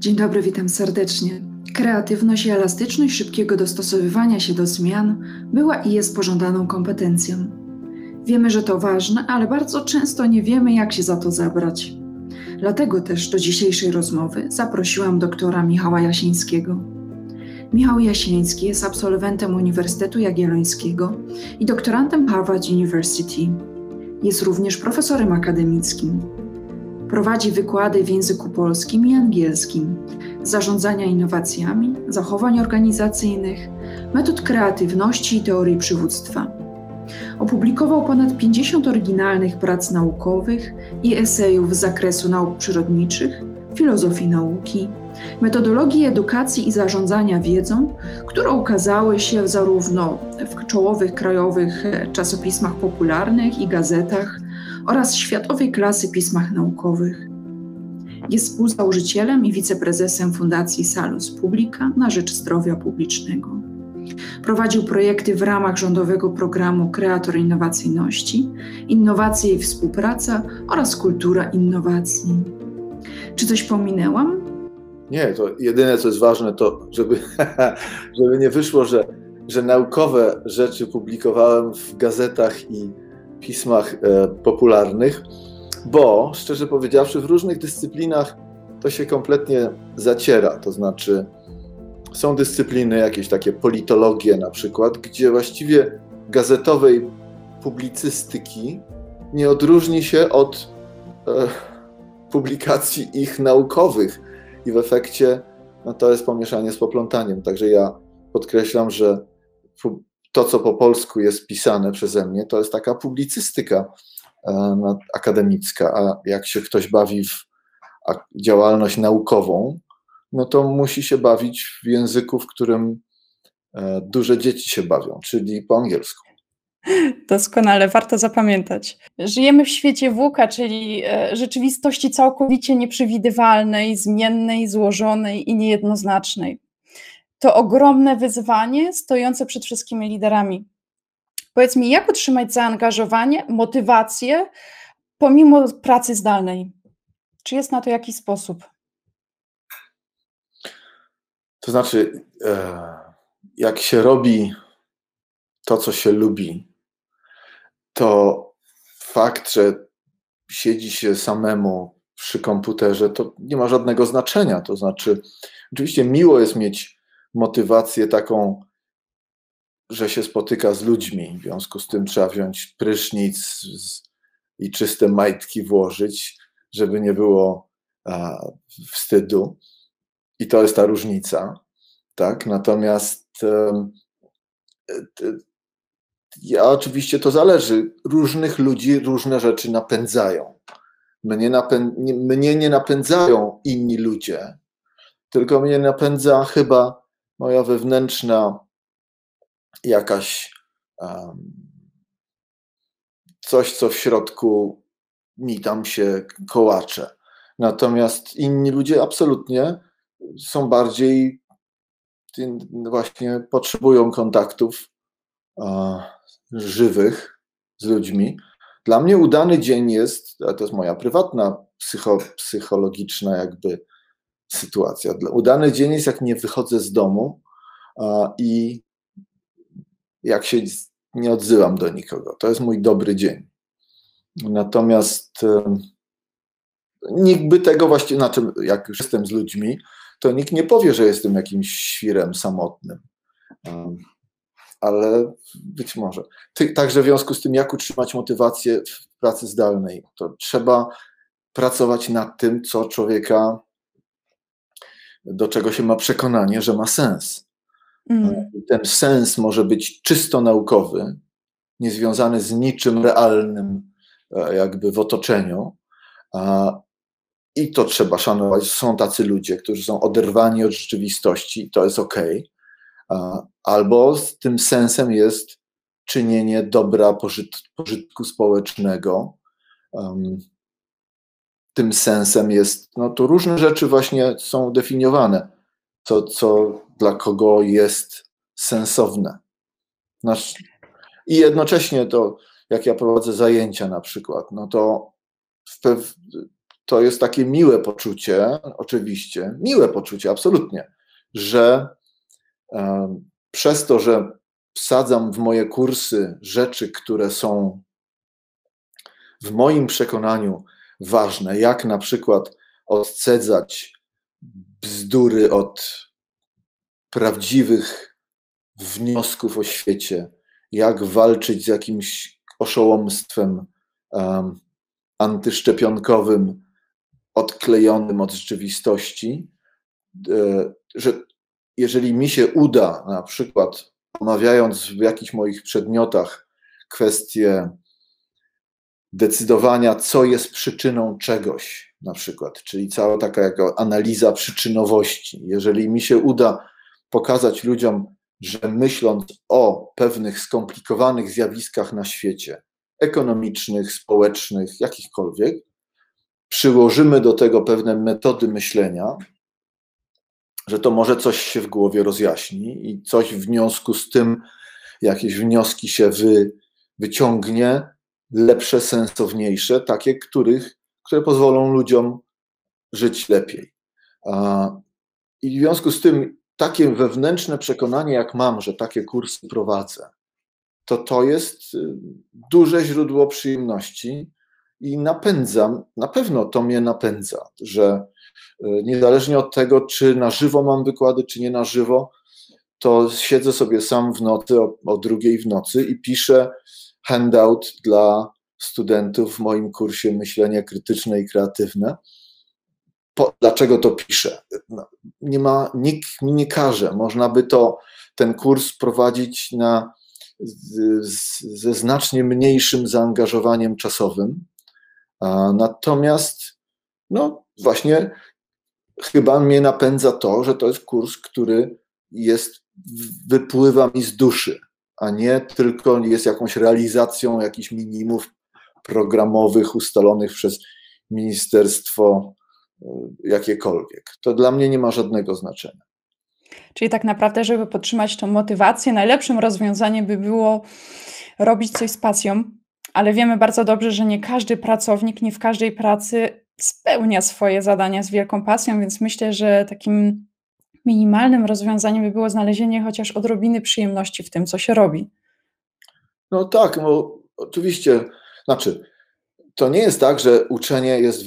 Dzień dobry, witam serdecznie. Kreatywność i elastyczność szybkiego dostosowywania się do zmian była i jest pożądaną kompetencją. Wiemy, że to ważne, ale bardzo często nie wiemy, jak się za to zabrać. Dlatego też do dzisiejszej rozmowy zaprosiłam doktora Michała Jasińskiego. Michał Jasiński jest absolwentem Uniwersytetu Jagiellońskiego i doktorantem Harvard University. Jest również profesorem akademickim. Prowadzi wykłady w języku polskim i angielskim, zarządzania innowacjami, zachowań organizacyjnych, metod kreatywności i teorii przywództwa. Opublikował ponad 50 oryginalnych prac naukowych i esejów z zakresu nauk przyrodniczych, filozofii nauki, metodologii edukacji i zarządzania wiedzą, które ukazały się zarówno w czołowych krajowych czasopismach popularnych i gazetach oraz światowej klasy pismach naukowych. Jest współzałożycielem i wiceprezesem Fundacji Salus Publica na rzecz zdrowia publicznego. Prowadził projekty w ramach rządowego programu Kreator Innowacyjności, Innowacje i Współpraca oraz Kultura Innowacji. Czy coś pominęłam? Nie, to jedyne, co jest ważne, to żeby nie wyszło, że naukowe rzeczy publikowałem w gazetach i pismach popularnych, bo szczerze powiedziawszy w różnych dyscyplinach to się kompletnie zaciera, to znaczy są dyscypliny, jakieś takie politologie na przykład, gdzie właściwie gazetowej publicystyki nie odróżni się od publikacji ich naukowych i w efekcie to jest pomieszanie z poplątaniem. Także ja podkreślam, że to, co po polsku jest pisane przeze mnie, to jest taka publicystyka akademicka, a jak się ktoś bawi w działalność naukową, no to musi się bawić w języku, w którym duże dzieci się bawią, czyli po angielsku. Doskonale, warto zapamiętać. Żyjemy w świecie VUCA, czyli rzeczywistości całkowicie nieprzewidywalnej, zmiennej, złożonej i niejednoznacznej. To ogromne wyzwanie stojące przed wszystkimi liderami. Powiedz mi, jak utrzymać zaangażowanie, motywację pomimo pracy zdalnej? Czy jest na to jakiś sposób? To znaczy, jak się robi to, co się lubi, to fakt, że siedzi się samemu przy komputerze, to nie ma żadnego znaczenia. To znaczy, oczywiście miło jest mieć motywację taką, że się spotyka z ludźmi, w związku z tym trzeba wziąć prysznic i czyste majtki włożyć, żeby nie było wstydu. I to jest ta różnica, tak? Natomiast ja oczywiście to zależy. Różnych ludzi różne rzeczy napędzają. Mnie nie napędzają inni ludzie, tylko mnie napędza chyba moja wewnętrzna jakaś coś, co w środku mi tam się kołacze. Natomiast inni ludzie absolutnie są bardziej właśnie potrzebują kontaktów żywych z ludźmi. Dla mnie udany dzień jest, a to jest moja prywatna, psychologiczna jakby sytuacja. Udany dzień jest, jak nie wychodzę z domu i jak się nie odzywam do nikogo. To jest mój dobry dzień. Natomiast nikt by tego właściwie, znaczy jak już jestem z ludźmi, to nikt nie powie, że jestem jakimś świrem samotnym. Ale być może. Także w związku z tym, jak utrzymać motywację w pracy zdalnej, to trzeba pracować nad tym, co człowieka, do czego się ma przekonanie, że ma sens. Ten sens może być czysto naukowy, niezwiązany z niczym realnym jakby w otoczeniu. I to trzeba szanować. Są tacy ludzie, którzy są oderwani od rzeczywistości, to jest okej. Albo z tym sensem jest czynienie dobra, pożytku społecznego. Tym sensem jest, no to różne rzeczy właśnie są definiowane, co dla kogo jest sensowne. I jednocześnie to, jak ja prowadzę zajęcia na przykład, no to to jest takie miłe poczucie, oczywiście, miłe poczucie, absolutnie, że przez to, że wsadzam w moje kursy rzeczy, które są w moim przekonaniu ważne, jak na przykład odcedzać bzdury od prawdziwych wniosków o świecie, jak walczyć z jakimś oszołomstwem antyszczepionkowym, odklejonym od rzeczywistości, że jeżeli mi się uda, na przykład omawiając w jakichś moich przedmiotach kwestię decydowania, co jest przyczyną czegoś, na przykład, czyli cała taka jako analiza przyczynowości. Jeżeli mi się uda pokazać ludziom, że myśląc o pewnych skomplikowanych zjawiskach na świecie, ekonomicznych, społecznych, jakichkolwiek, przyłożymy do tego pewne metody myślenia, że to może coś się w głowie rozjaśni i coś w związku z tym, jakieś wnioski się wyciągnie, lepsze, sensowniejsze, takie, które pozwolą ludziom żyć lepiej. I w związku z tym takie wewnętrzne przekonanie, jak mam, że takie kursy prowadzę, to jest duże źródło przyjemności i na pewno to mnie napędza, że niezależnie od tego, czy na żywo mam wykłady, czy nie na żywo, to siedzę sobie sam w nocy o 2:00 w nocy i piszę handout dla studentów w moim kursie Myślenie krytyczne i kreatywne. Dlaczego to piszę? Nikt mi nie każe. Można by ten kurs prowadzić ze znacznie mniejszym zaangażowaniem czasowym. Natomiast właśnie chyba mnie napędza to, że to jest kurs, który wypływa mi z duszy, a nie tylko jest jakąś realizacją jakichś minimów programowych ustalonych przez ministerstwo jakiekolwiek. To dla mnie nie ma żadnego znaczenia. Czyli tak naprawdę, żeby podtrzymać tą motywację, najlepszym rozwiązaniem by było robić coś z pasją, ale wiemy bardzo dobrze, że nie każdy pracownik, nie w każdej pracy spełnia swoje zadania z wielką pasją, więc myślę, że takim minimalnym rozwiązaniem by było znalezienie chociaż odrobiny przyjemności w tym, co się robi. No tak, oczywiście. Znaczy, to nie jest tak, że uczenie jest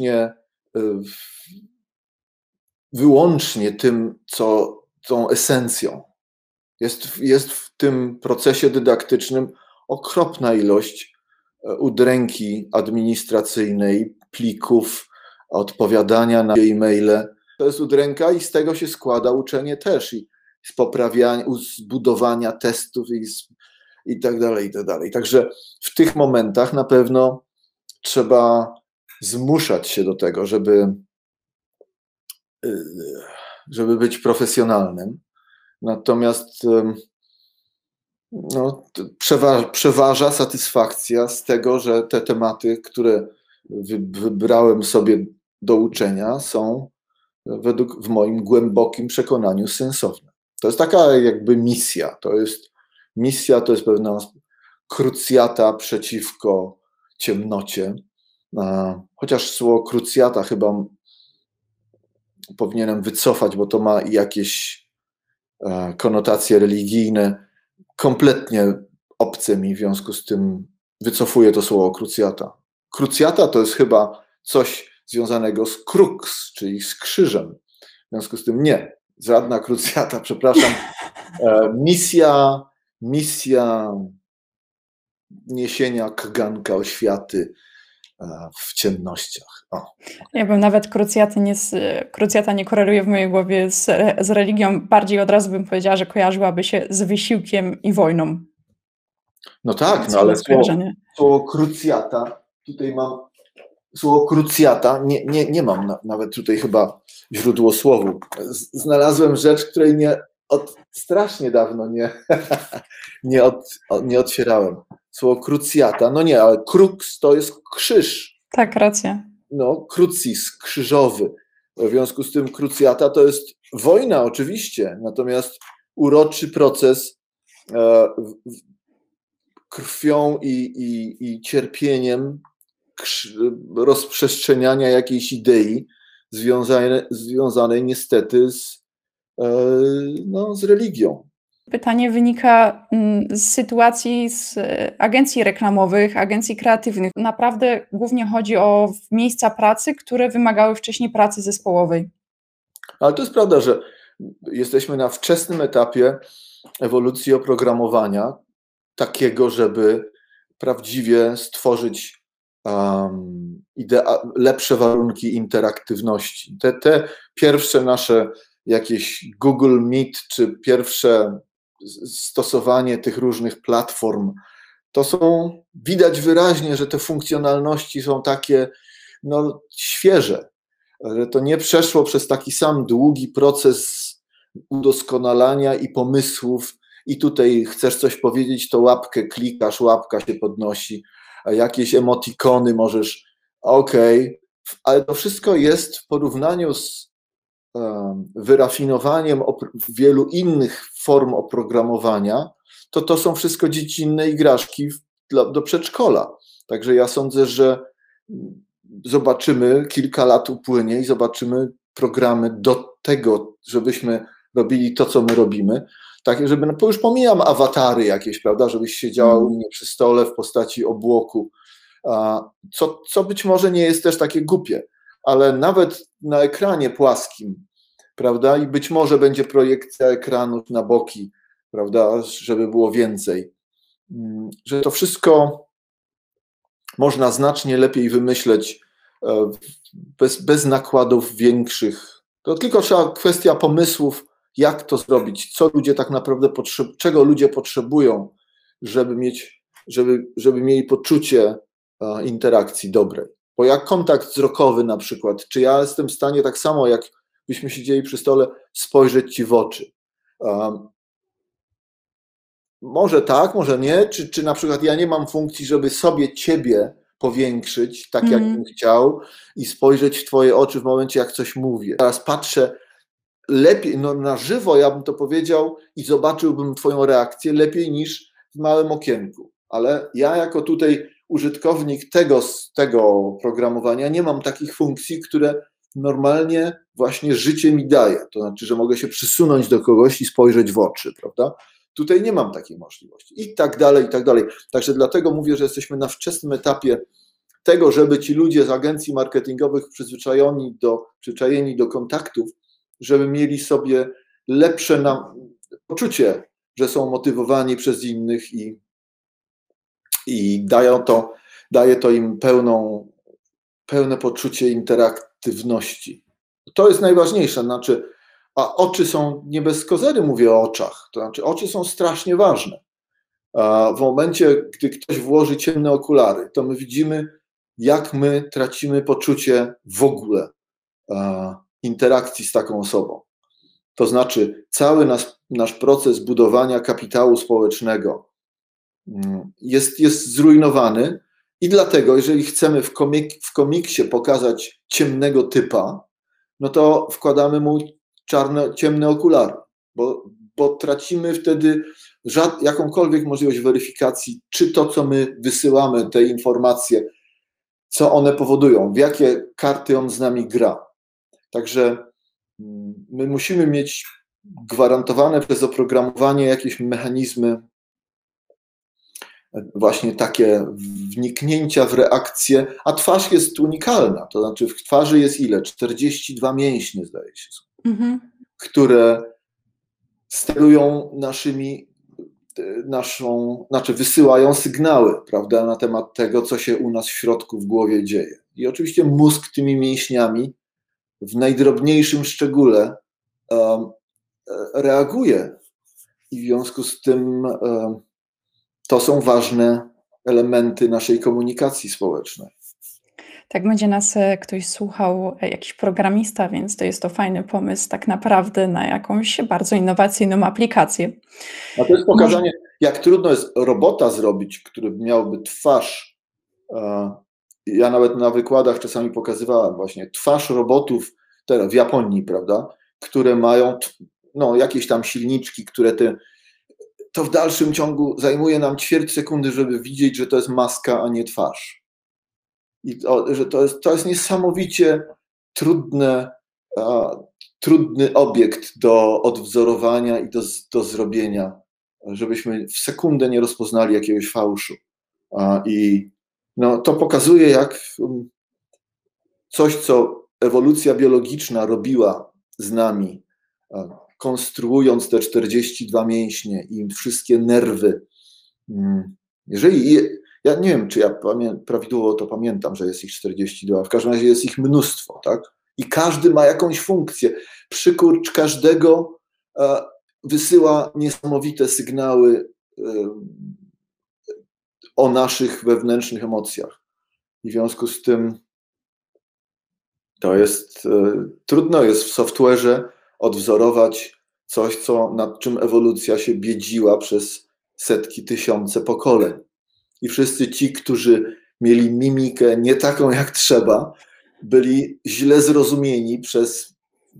wyłącznie tym, tą esencją. Jest w tym procesie dydaktycznym okropna ilość udręki administracyjnej, plików, odpowiadania na e-maile. To jest udręka i z tego się składa uczenie też i z poprawiania, zbudowania testów i tak dalej, i tak dalej. Także w tych momentach na pewno trzeba zmuszać się do tego, żeby być profesjonalnym. Natomiast przeważa satysfakcja z tego, że te tematy, które wybrałem sobie do uczenia, są w moim głębokim przekonaniu sensowne. To jest taka jakby misja. To jest pewna krucjata przeciwko ciemnocie. Chociaż słowo krucjata chyba powinienem wycofać, bo to ma jakieś konotacje religijne, kompletnie obce mi, w związku z tym wycofuję to słowo krucjata. Krucjata to jest chyba coś związanego z crux, czyli z krzyżem. W związku z tym nie, żadna krucjata, przepraszam. Misja niesienia kaganka oświaty w ciemnościach. Ja bym nawet krucjata nie koreluje w mojej głowie z religią. Bardziej od razu bym powiedziała, że kojarzyłaby się z wysiłkiem i wojną. No tak, ale słowo krucjata, tutaj mam słowo krucjata, nie mam nawet tutaj chyba źródło słowu. Znalazłem rzecz, której strasznie dawno nie otwierałem. Słowo krucjata, no nie, ale crux to jest krzyż. Tak, racja. No, crucis, krzyżowy. W związku z tym krucjata to jest wojna oczywiście, natomiast uroczy proces krwią i cierpieniem, rozprzestrzeniania jakiejś idei związanej niestety z religią. Pytanie wynika z sytuacji z agencji reklamowych, agencji kreatywnych. Naprawdę głównie chodzi o miejsca pracy, które wymagały wcześniej pracy zespołowej. Ale to jest prawda, że jesteśmy na wczesnym etapie ewolucji oprogramowania, takiego, żeby prawdziwie stworzyć lepsze warunki interaktywności. Te pierwsze nasze jakieś Google Meet, czy pierwsze stosowanie tych różnych platform, to widać wyraźnie, że te funkcjonalności są takie świeże, że to nie przeszło przez taki sam długi proces udoskonalania i pomysłów i tutaj chcesz coś powiedzieć, to łapkę klikasz, łapka się podnosi, a jakieś emotikony możesz, ale to wszystko jest w porównaniu z wyrafinowaniem wielu innych form oprogramowania, to są wszystko dziecinne igraszki do przedszkola. Także ja sądzę, że zobaczymy, kilka lat upłynie i zobaczymy programy do tego, żebyśmy robili to, co my robimy. Tak, żeby, już pomijam awatary jakieś, prawda, żebyś siedziała u mnie przy stole w postaci obłoku, co być może nie jest też takie głupie, ale nawet na ekranie płaskim, prawda, i być może będzie projekcja ekranów na boki, prawda, żeby było więcej, że to wszystko można znacznie lepiej wymyśleć bez nakładów większych. To tylko trzeba kwestia pomysłów, jak to zrobić, co ludzie tak naprawdę czego ludzie potrzebują, żeby mieli poczucie interakcji dobrej. Bo jak kontakt wzrokowy na przykład, czy ja jestem w stanie tak samo, jak byśmy siedzieli przy stole, spojrzeć ci w oczy. Może tak, może nie, czy na przykład ja nie mam funkcji, żeby sobie ciebie powiększyć, tak jak bym chciał, i spojrzeć w twoje oczy w momencie, jak coś mówię. Teraz patrzę lepiej, na żywo ja bym to powiedział i zobaczyłbym twoją reakcję lepiej niż w małym okienku. Ale ja jako tutaj użytkownik tego oprogramowania nie mam takich funkcji, które normalnie właśnie życie mi daje. To znaczy, że mogę się przysunąć do kogoś i spojrzeć w oczy, prawda? Tutaj nie mam takiej możliwości. I tak dalej, i tak dalej. Także dlatego mówię, że jesteśmy na wczesnym etapie tego, żeby ci ludzie z agencji marketingowych przyzwyczajeni do kontaktów, żeby mieli sobie lepsze poczucie, że są motywowani przez innych i daje to im pełne poczucie interaktywności. To jest najważniejsze, a oczy są, nie bez kozery mówię o oczach, to znaczy oczy są strasznie ważne. W momencie, gdy ktoś włoży ciemne okulary, to my widzimy, jak my tracimy poczucie w ogóle interakcji z taką osobą. To znaczy cały nasz proces budowania kapitału społecznego jest zrujnowany i dlatego, jeżeli chcemy w komiksie pokazać ciemnego typa, no to wkładamy mu ciemne okulary, bo tracimy wtedy jakąkolwiek możliwość weryfikacji, czy to, co my wysyłamy, te informacje, co one powodują, w jakie karty on z nami gra. Także my musimy mieć gwarantowane przez oprogramowanie jakieś mechanizmy, właśnie takie wniknięcia w reakcję, a twarz jest unikalna, to znaczy w twarzy jest ile? 42 mięśnie, zdaje się, które sterują wysyłają sygnały, prawda, na temat tego, co się u nas w środku w głowie dzieje. I oczywiście mózg tymi mięśniami w najdrobniejszym szczególe reaguje i w związku z tym to są ważne elementy naszej komunikacji społecznej. Tak będzie nas ktoś słuchał, jakiś programista, więc to jest to fajny pomysł tak naprawdę na jakąś bardzo innowacyjną aplikację. A to jest pokazanie, jak trudno jest robota zrobić, który miałby twarz. Ja nawet na wykładach czasami pokazywałem właśnie twarz robotów teraz w Japonii, prawda, które mają jakieś tam silniczki, które to w dalszym ciągu zajmuje nam ćwierć sekundy, żeby widzieć, że to jest maska, a nie twarz. że to jest niesamowicie trudny obiekt do odwzorowania i do zrobienia, żebyśmy w sekundę nie rozpoznali jakiegoś fałszu. I to pokazuje, jak coś, co ewolucja biologiczna robiła z nami, konstruując te 42 mięśnie i wszystkie nerwy. Ja nie wiem, czy ja prawidłowo to pamiętam, że jest ich 42, w każdym razie jest ich mnóstwo, tak? I każdy ma jakąś funkcję. Przykurcz każdego wysyła niesamowite sygnały o naszych wewnętrznych emocjach. I w związku z tym trudno jest w software'ze odwzorować coś, nad czym ewolucja się biedziła przez setki, tysiące pokoleń. I wszyscy ci, którzy mieli mimikę nie taką jak trzeba, byli źle zrozumieni przez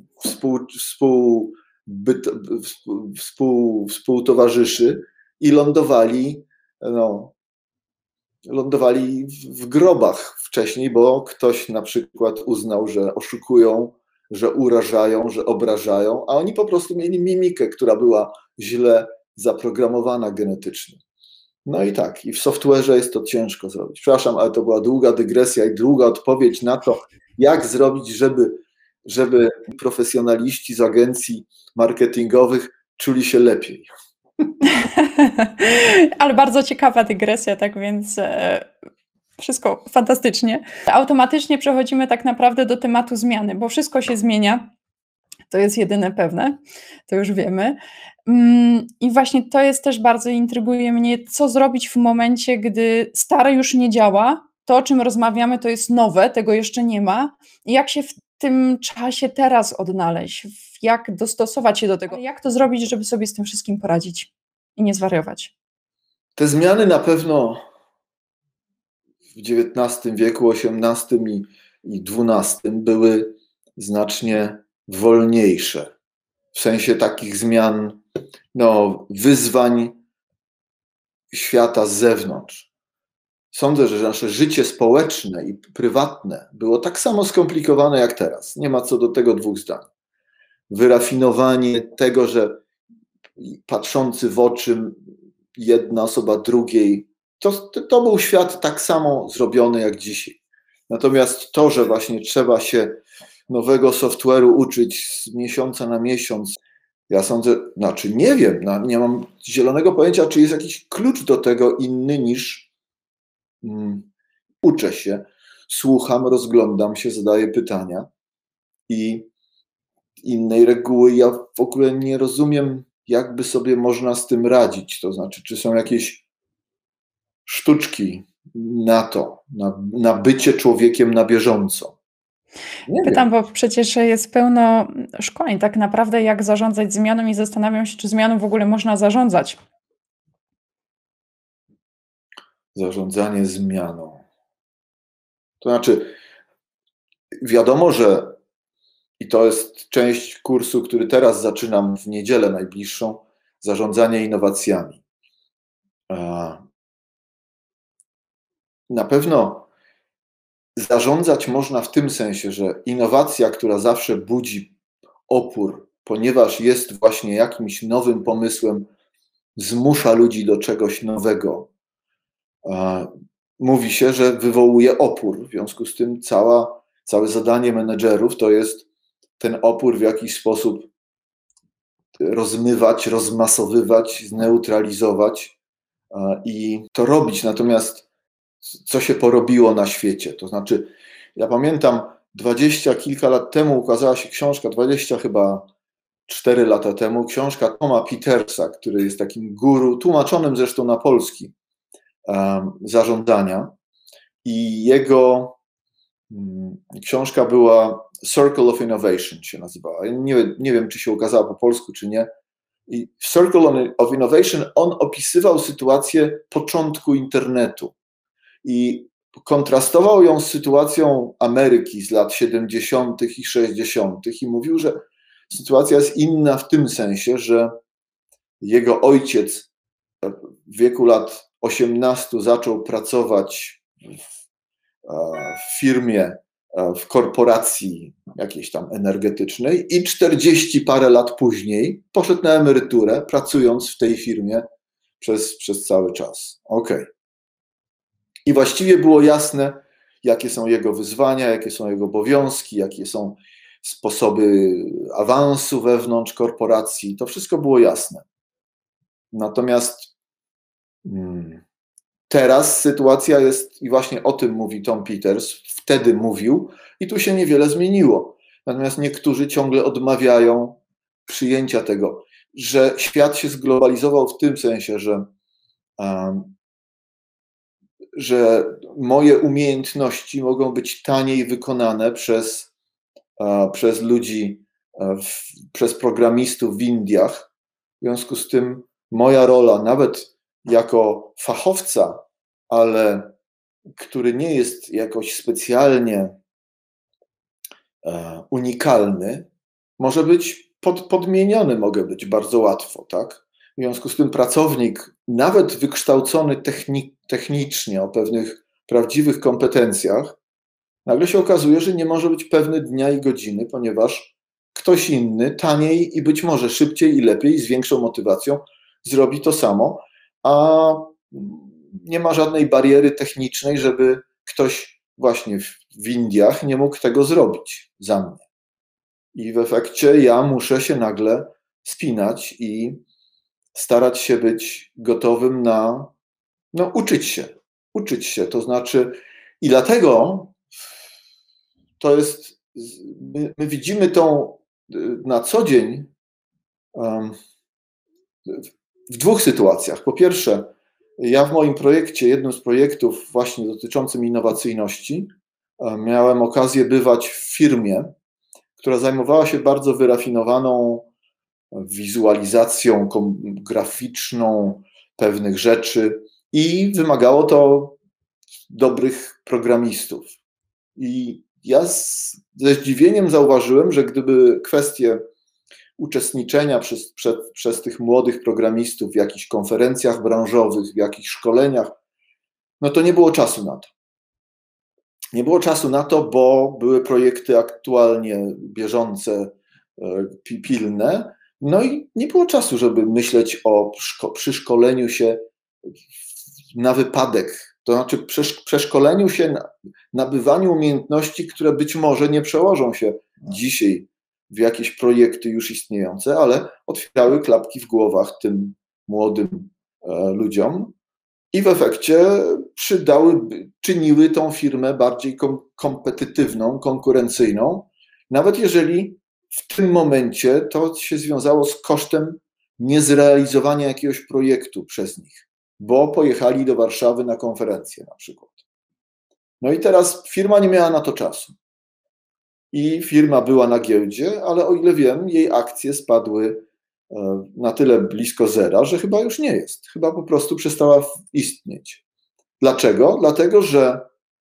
współtowarzyszy i lądowali w grobach wcześniej, bo ktoś na przykład uznał, że oszukują, że urażają, że obrażają, a oni po prostu mieli mimikę, która była źle zaprogramowana genetycznie. No i tak, i w software'ze jest to ciężko zrobić. Przepraszam, ale to była długa dygresja i długa odpowiedź na to, jak zrobić, żeby profesjonaliści z agencji marketingowych czuli się lepiej. Ale bardzo ciekawa dygresja, tak więc wszystko fantastycznie. Automatycznie przechodzimy tak naprawdę do tematu zmiany, bo wszystko się zmienia. To jest jedyne pewne, to już wiemy. I właśnie to jest też bardzo intryguje mnie, co zrobić w momencie, gdy stare już nie działa, to o czym rozmawiamy to jest nowe, tego jeszcze nie ma. I jak się w tym czasie teraz odnaleźć, jak dostosować się do tego, jak to zrobić, żeby sobie z tym wszystkim poradzić i nie zwariować. Te zmiany na pewno w XIX wieku, XVIII i XII były znacznie wolniejsze. W sensie takich zmian, wyzwań świata z zewnątrz. Sądzę, że nasze życie społeczne i prywatne było tak samo skomplikowane jak teraz. Nie ma co do tego dwóch zdań. Wyrafinowanie tego, że patrzący w oczy jedna osoba drugiej, to był świat tak samo zrobiony jak dzisiaj. Natomiast to, że właśnie trzeba się nowego software'u uczyć z miesiąca na miesiąc, ja sądzę, nie wiem, nie mam zielonego pojęcia, czy jest jakiś klucz do tego inny niż uczę się, słucham, rozglądam się, zadaję pytania i innej reguły ja w ogóle nie rozumiem, jakby sobie można z tym radzić. To znaczy, czy są jakieś sztuczki na to, na bycie człowiekiem na bieżąco. Pytam, bo przecież jest pełno szkoleń tak naprawdę, jak zarządzać zmianą i zastanawiam się, czy zmianą w ogóle można zarządzać. Zarządzanie zmianą. To znaczy, wiadomo, że i to jest część kursu, który teraz zaczynam w niedzielę najbliższą, zarządzanie innowacjami. Na pewno zarządzać można w tym sensie, że innowacja, która zawsze budzi opór, ponieważ jest właśnie jakimś nowym pomysłem, zmusza ludzi do czegoś nowego. Mówi się, że wywołuje opór. W związku z tym całe zadanie menedżerów to jest ten opór w jakiś sposób rozmywać, rozmasowywać, zneutralizować i to robić. Natomiast co się porobiło na świecie? To znaczy, ja pamiętam 20 kilka lat temu ukazała się książka, 20 chyba 4 lata temu, książka Toma Petersa, który jest takim guru, tłumaczonym zresztą na polski, zarządzania. I jego książka była Circle of Innovation się nazywała. Nie wiem, czy się ukazała po polsku, czy nie. I w Circle of Innovation on opisywał sytuację początku internetu i kontrastował ją z sytuacją Ameryki z lat 70. i 60. i mówił, że sytuacja jest inna w tym sensie, że jego ojciec w wieku lat 18 zaczął pracować w firmie, w korporacji jakiejś tam energetycznej i 40 parę lat później poszedł na emeryturę, pracując w tej firmie przez cały czas. Okay. I właściwie było jasne, jakie są jego wyzwania, jakie są jego obowiązki, jakie są sposoby awansu wewnątrz korporacji. To wszystko było jasne. Natomiast teraz sytuacja jest, i właśnie o tym mówi Tom Peters, wtedy mówił, i tu się niewiele zmieniło. Natomiast niektórzy ciągle odmawiają przyjęcia tego, że świat się zglobalizował w tym sensie, że moje umiejętności mogą być taniej wykonane przez ludzi, przez programistów w Indiach. W związku z tym moja rola, nawet jako fachowca, ale który nie jest jakoś specjalnie unikalny, może być podmieniony, mogę być bardzo łatwo, tak? W związku z tym pracownik, nawet wykształcony technicznie o pewnych prawdziwych kompetencjach, nagle się okazuje, że nie może być pewny dnia i godziny, ponieważ ktoś inny taniej i być może szybciej i lepiej, z większą motywacją zrobi to samo, a nie ma żadnej bariery technicznej, żeby ktoś właśnie w Indiach nie mógł tego zrobić za mnie. I w efekcie ja muszę się nagle spinać i starać się być gotowym na uczyć się. To znaczy, i dlatego to jest, my widzimy to na co dzień w dwóch sytuacjach. Po pierwsze, ja w moim projekcie, jednym z projektów właśnie dotyczącym innowacyjności, miałem okazję bywać w firmie, która zajmowała się bardzo wyrafinowaną wizualizacją graficzną pewnych rzeczy i wymagało to dobrych programistów. I ja ze zdziwieniem zauważyłem, że gdyby kwestie uczestniczenia przez tych młodych programistów w jakichś konferencjach branżowych, w jakichś szkoleniach, no to nie było czasu na to. Nie było czasu na to, bo były projekty aktualnie bieżące, pilne, no i nie było czasu, żeby myśleć o przyszkoleniu się na wypadek, to znaczy przeszkoleniu się, nabywaniu umiejętności, które być może nie przełożą się dzisiaj w jakieś projekty już istniejące, ale otwierały klapki w głowach tym młodym ludziom i w efekcie czyniły tą firmę bardziej kompetytywną, konkurencyjną, nawet jeżeli w tym momencie to się związało z kosztem niezrealizowania jakiegoś projektu przez nich, bo pojechali do Warszawy na konferencję na przykład. No i teraz firma nie miała na to czasu. I firma była na giełdzie, ale o ile wiem, jej akcje spadły na tyle blisko zera, że chyba już nie jest. Chyba po prostu przestała istnieć. Dlaczego? Dlatego, że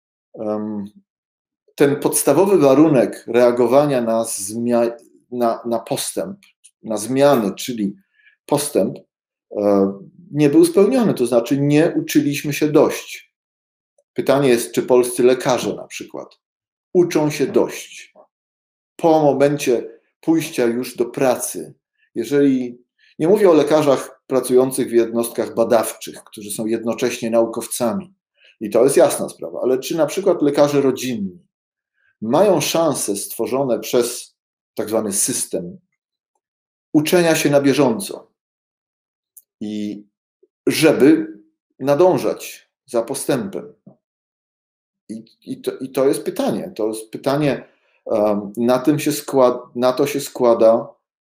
ten podstawowy warunek reagowania na postęp, na zmiany, czyli postęp, nie był spełniony. To znaczy nie uczyliśmy się dość. Pytanie jest, czy polscy lekarze na przykład uczą się dość. Po momencie pójścia już do pracy, jeżeli, nie mówię o lekarzach pracujących w jednostkach badawczych, którzy są jednocześnie naukowcami, i to jest jasna sprawa, ale czy na przykład lekarze rodzinni mają szanse stworzone przez tak zwany system uczenia się na bieżąco i żeby nadążać za postępem. I to jest pytanie. To jest pytanie, na to się składa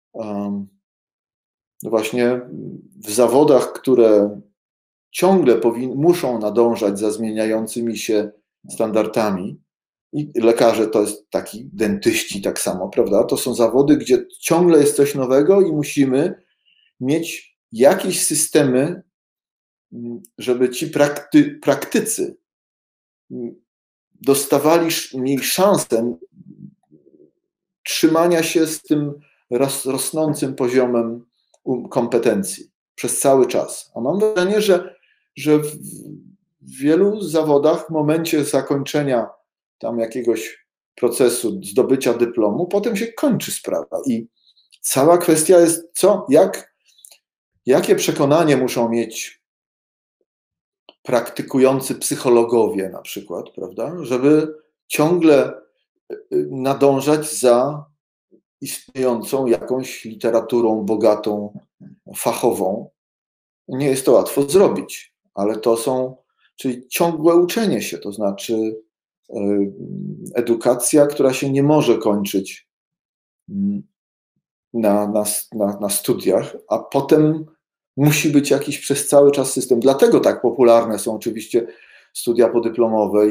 właśnie w zawodach, które ciągle muszą nadążać za zmieniającymi się standardami. I lekarze to jest taki, dentyści tak samo, prawda? To są zawody, gdzie ciągle jest coś nowego i musimy mieć jakieś systemy, żeby ci praktycy mieli szansę trzymania się z tym rosnącym poziomem kompetencji przez cały czas. A mam wrażenie, że w wielu zawodach w momencie zakończenia tam jakiegoś procesu zdobycia dyplomu, potem się kończy sprawa i cała kwestia jest jakie przekonanie muszą mieć praktykujący psychologowie na przykład, prawda, żeby ciągle nadążać za istniejącą jakąś literaturą bogatą, fachową. Nie jest to łatwo zrobić, ale czyli ciągłe uczenie się, to znaczy edukacja, która się nie może kończyć na studiach, a potem musi być jakiś przez cały czas system. Dlatego tak popularne są oczywiście studia podyplomowe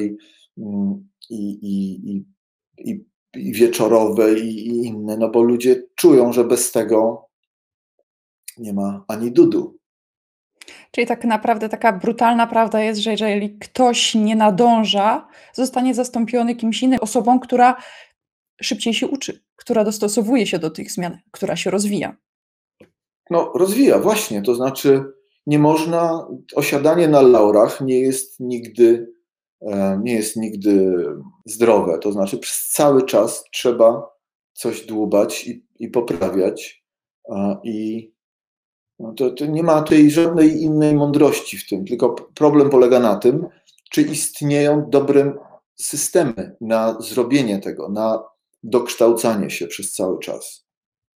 i wieczorowe i inne, no bo ludzie czują, że bez tego nie ma ani dudu. Czyli tak naprawdę taka brutalna prawda jest, że jeżeli ktoś nie nadąża, zostanie zastąpiony kimś innym, osobą, która szybciej się uczy, która dostosowuje się do tych zmian, która się rozwija. No, rozwija, właśnie, to znaczy nie można, osiadanie na laurach nie jest nigdy zdrowe, to znaczy przez cały czas trzeba coś dłubać i poprawiać i no to nie ma tej żadnej innej mądrości w tym, tylko problem polega na tym, czy istnieją dobre systemy na zrobienie tego, na dokształcanie się przez cały czas.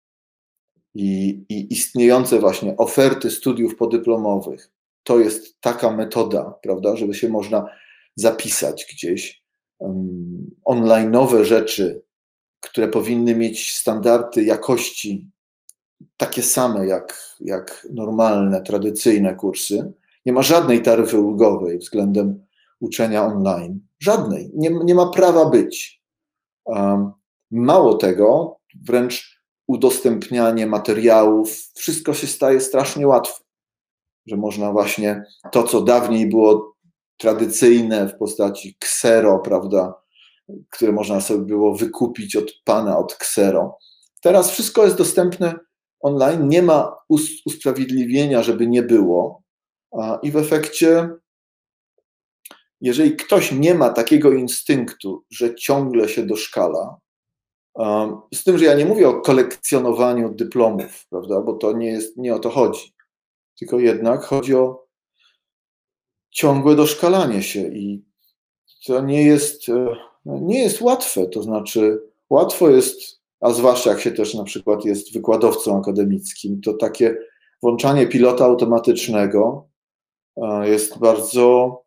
I istniejące właśnie oferty studiów podyplomowych, to jest taka metoda, prawda, żeby się można zapisać gdzieś. Online'owe rzeczy, które powinny mieć standardy jakości takie same jak normalne, tradycyjne kursy. Nie ma żadnej taryfy ulgowej względem uczenia online. Żadnej. Nie ma prawa być. Mało tego, wręcz udostępnianie materiałów, wszystko się staje strasznie łatwe, że można właśnie to, co dawniej było tradycyjne w postaci ksero, prawda, które można sobie było wykupić od ksero. Teraz wszystko jest dostępne online, nie ma usprawiedliwienia, żeby nie było i w efekcie, jeżeli ktoś nie ma takiego instynktu, że ciągle się doszkala, z tym, że ja nie mówię o kolekcjonowaniu dyplomów, prawda, bo to nie o to chodzi, tylko jednak chodzi o ciągłe doszkalanie się i to nie jest łatwe, to znaczy łatwo jest, a zwłaszcza jak się też na przykład jest wykładowcą akademickim, to takie włączanie pilota automatycznego jest bardzo,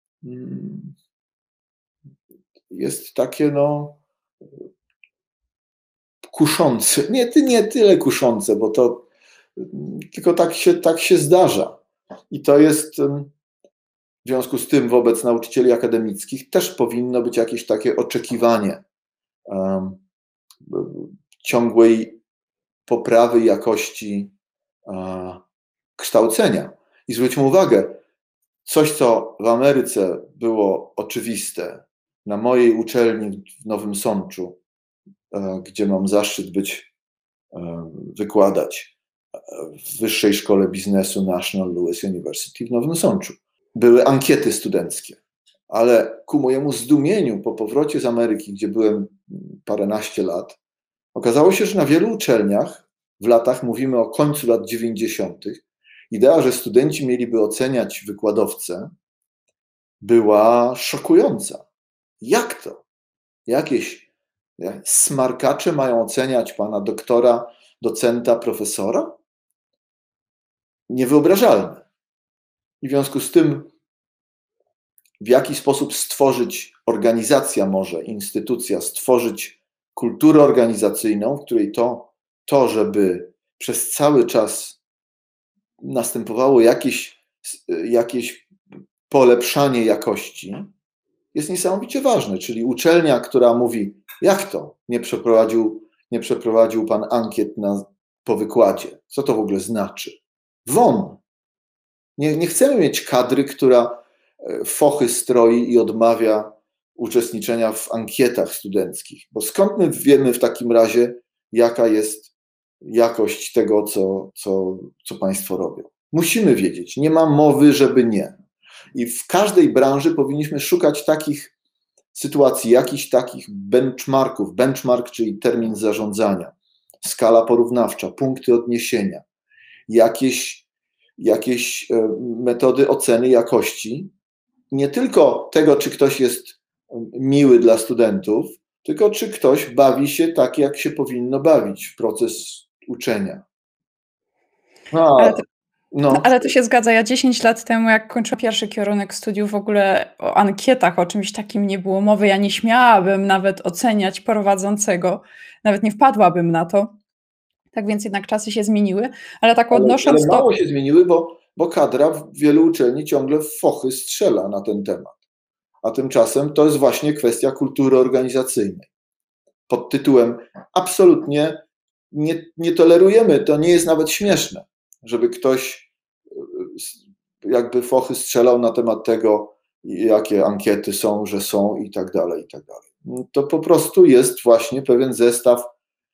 jest takie kuszące, nie tyle kuszące, bo to tylko tak się zdarza i to jest w związku z tym wobec nauczycieli akademickich też powinno być jakieś takie oczekiwanie ciągłej poprawy jakości kształcenia. I zwróćmy uwagę, coś, co w Ameryce było oczywiste, na mojej uczelni w Nowym Sączu, gdzie mam zaszczyt wykładać w Wyższej Szkole Biznesu National Louis University w Nowym Sączu. Były ankiety studenckie, ale ku mojemu zdumieniu po powrocie z Ameryki, gdzie byłem paręnaście lat, okazało się, że na wielu uczelniach w latach, mówimy o końcu lat 90., idea, że studenci mieliby oceniać wykładowcę, była szokująca. Jak to? Jakieś smarkacze mają oceniać pana doktora, docenta, profesora? Niewyobrażalne. I w związku z tym, w jaki sposób stworzyć organizacja może, instytucja, stworzyć kulturę organizacyjną, w której żeby przez cały czas następowało jakieś polepszanie jakości, jest niesamowicie ważne. Czyli uczelnia, która mówi, jak to nie przeprowadził pan ankiet po wykładzie. Co to w ogóle znaczy? Won! Nie chcemy mieć kadry, która fochy stroi i odmawia uczestniczenia w ankietach studenckich. Bo skąd my wiemy w takim razie, jaka jest jakość tego, co państwo robią? Musimy wiedzieć. Nie ma mowy, żeby nie. I w każdej branży powinniśmy szukać takich sytuacji, jakichś takich benchmarków, benchmark, czyli termin zarządzania, skala porównawcza, punkty odniesienia, jakieś metody oceny jakości, nie tylko tego, czy ktoś jest miły dla studentów, tylko czy ktoś bawi się tak, jak się powinno bawić w proces uczenia. Ale to, No, ale to się zgadza. Ja 10 lat temu, jak kończyłam pierwszy kierunek studiów, w ogóle o ankietach, o czymś takim nie było mowy. Ja nie śmiałabym nawet oceniać prowadzącego, nawet nie wpadłabym na to. Tak więc jednak czasy się zmieniły, ale tak ale odnosząc do... mało się zmieniły, bo kadra w wielu uczelni ciągle w fochy strzela na ten temat. A tymczasem to jest właśnie kwestia kultury organizacyjnej. Pod tytułem absolutnie nie tolerujemy, to nie jest nawet śmieszne, żeby ktoś jakby fochy strzelał na temat tego, jakie ankiety są, że są i tak dalej, i tak dalej. To po prostu jest właśnie pewien zestaw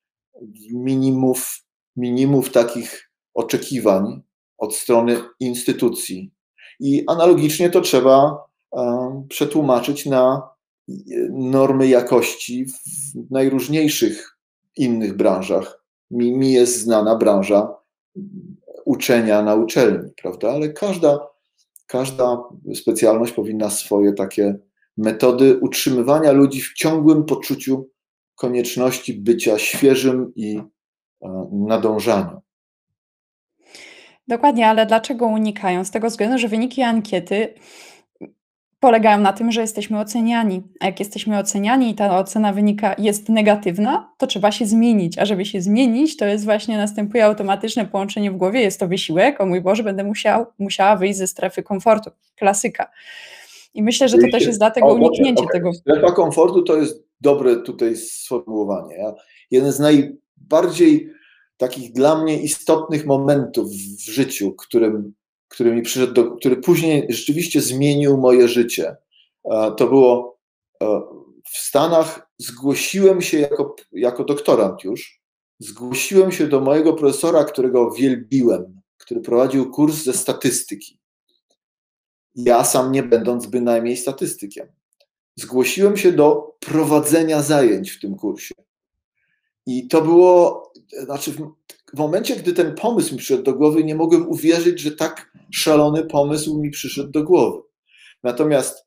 minimów takich oczekiwań od strony instytucji. I analogicznie to trzeba przetłumaczyć na normy jakości w najróżniejszych innych branżach. Mi jest znana branża uczenia na uczelni, prawda? Ale każda specjalność powinna swoje takie metody utrzymywania ludzi w ciągłym poczuciu konieczności bycia świeżym i nadążaniu. Dokładnie, ale dlaczego unikają? Z tego względu, że wyniki ankiety polegają na tym, że jesteśmy oceniani. A jak jesteśmy oceniani i ta ocena jest negatywna, to trzeba się zmienić. A żeby się zmienić, to jest właśnie następuje automatyczne połączenie w głowie. Jest to wysiłek, o mój Boże, będę musiała wyjść ze strefy komfortu. Klasyka. I myślę, że to też jest dlatego uniknięcie tego. Strefa komfortu to jest dobre tutaj sformułowanie. Jeden z najbardziej takich dla mnie istotnych momentów w życiu, który mi przyszedł, który później rzeczywiście zmienił moje życie. To było w Stanach, zgłosiłem się jako doktorant już, zgłosiłem się do mojego profesora, którego wielbiłem, który prowadził kurs ze statystyki. Ja sam nie będąc bynajmniej statystykiem. Zgłosiłem się do prowadzenia zajęć w tym kursie. I to było, znaczy w momencie, gdy ten pomysł mi przyszedł do głowy, nie mogłem uwierzyć, że tak szalony pomysł mi przyszedł do głowy. Natomiast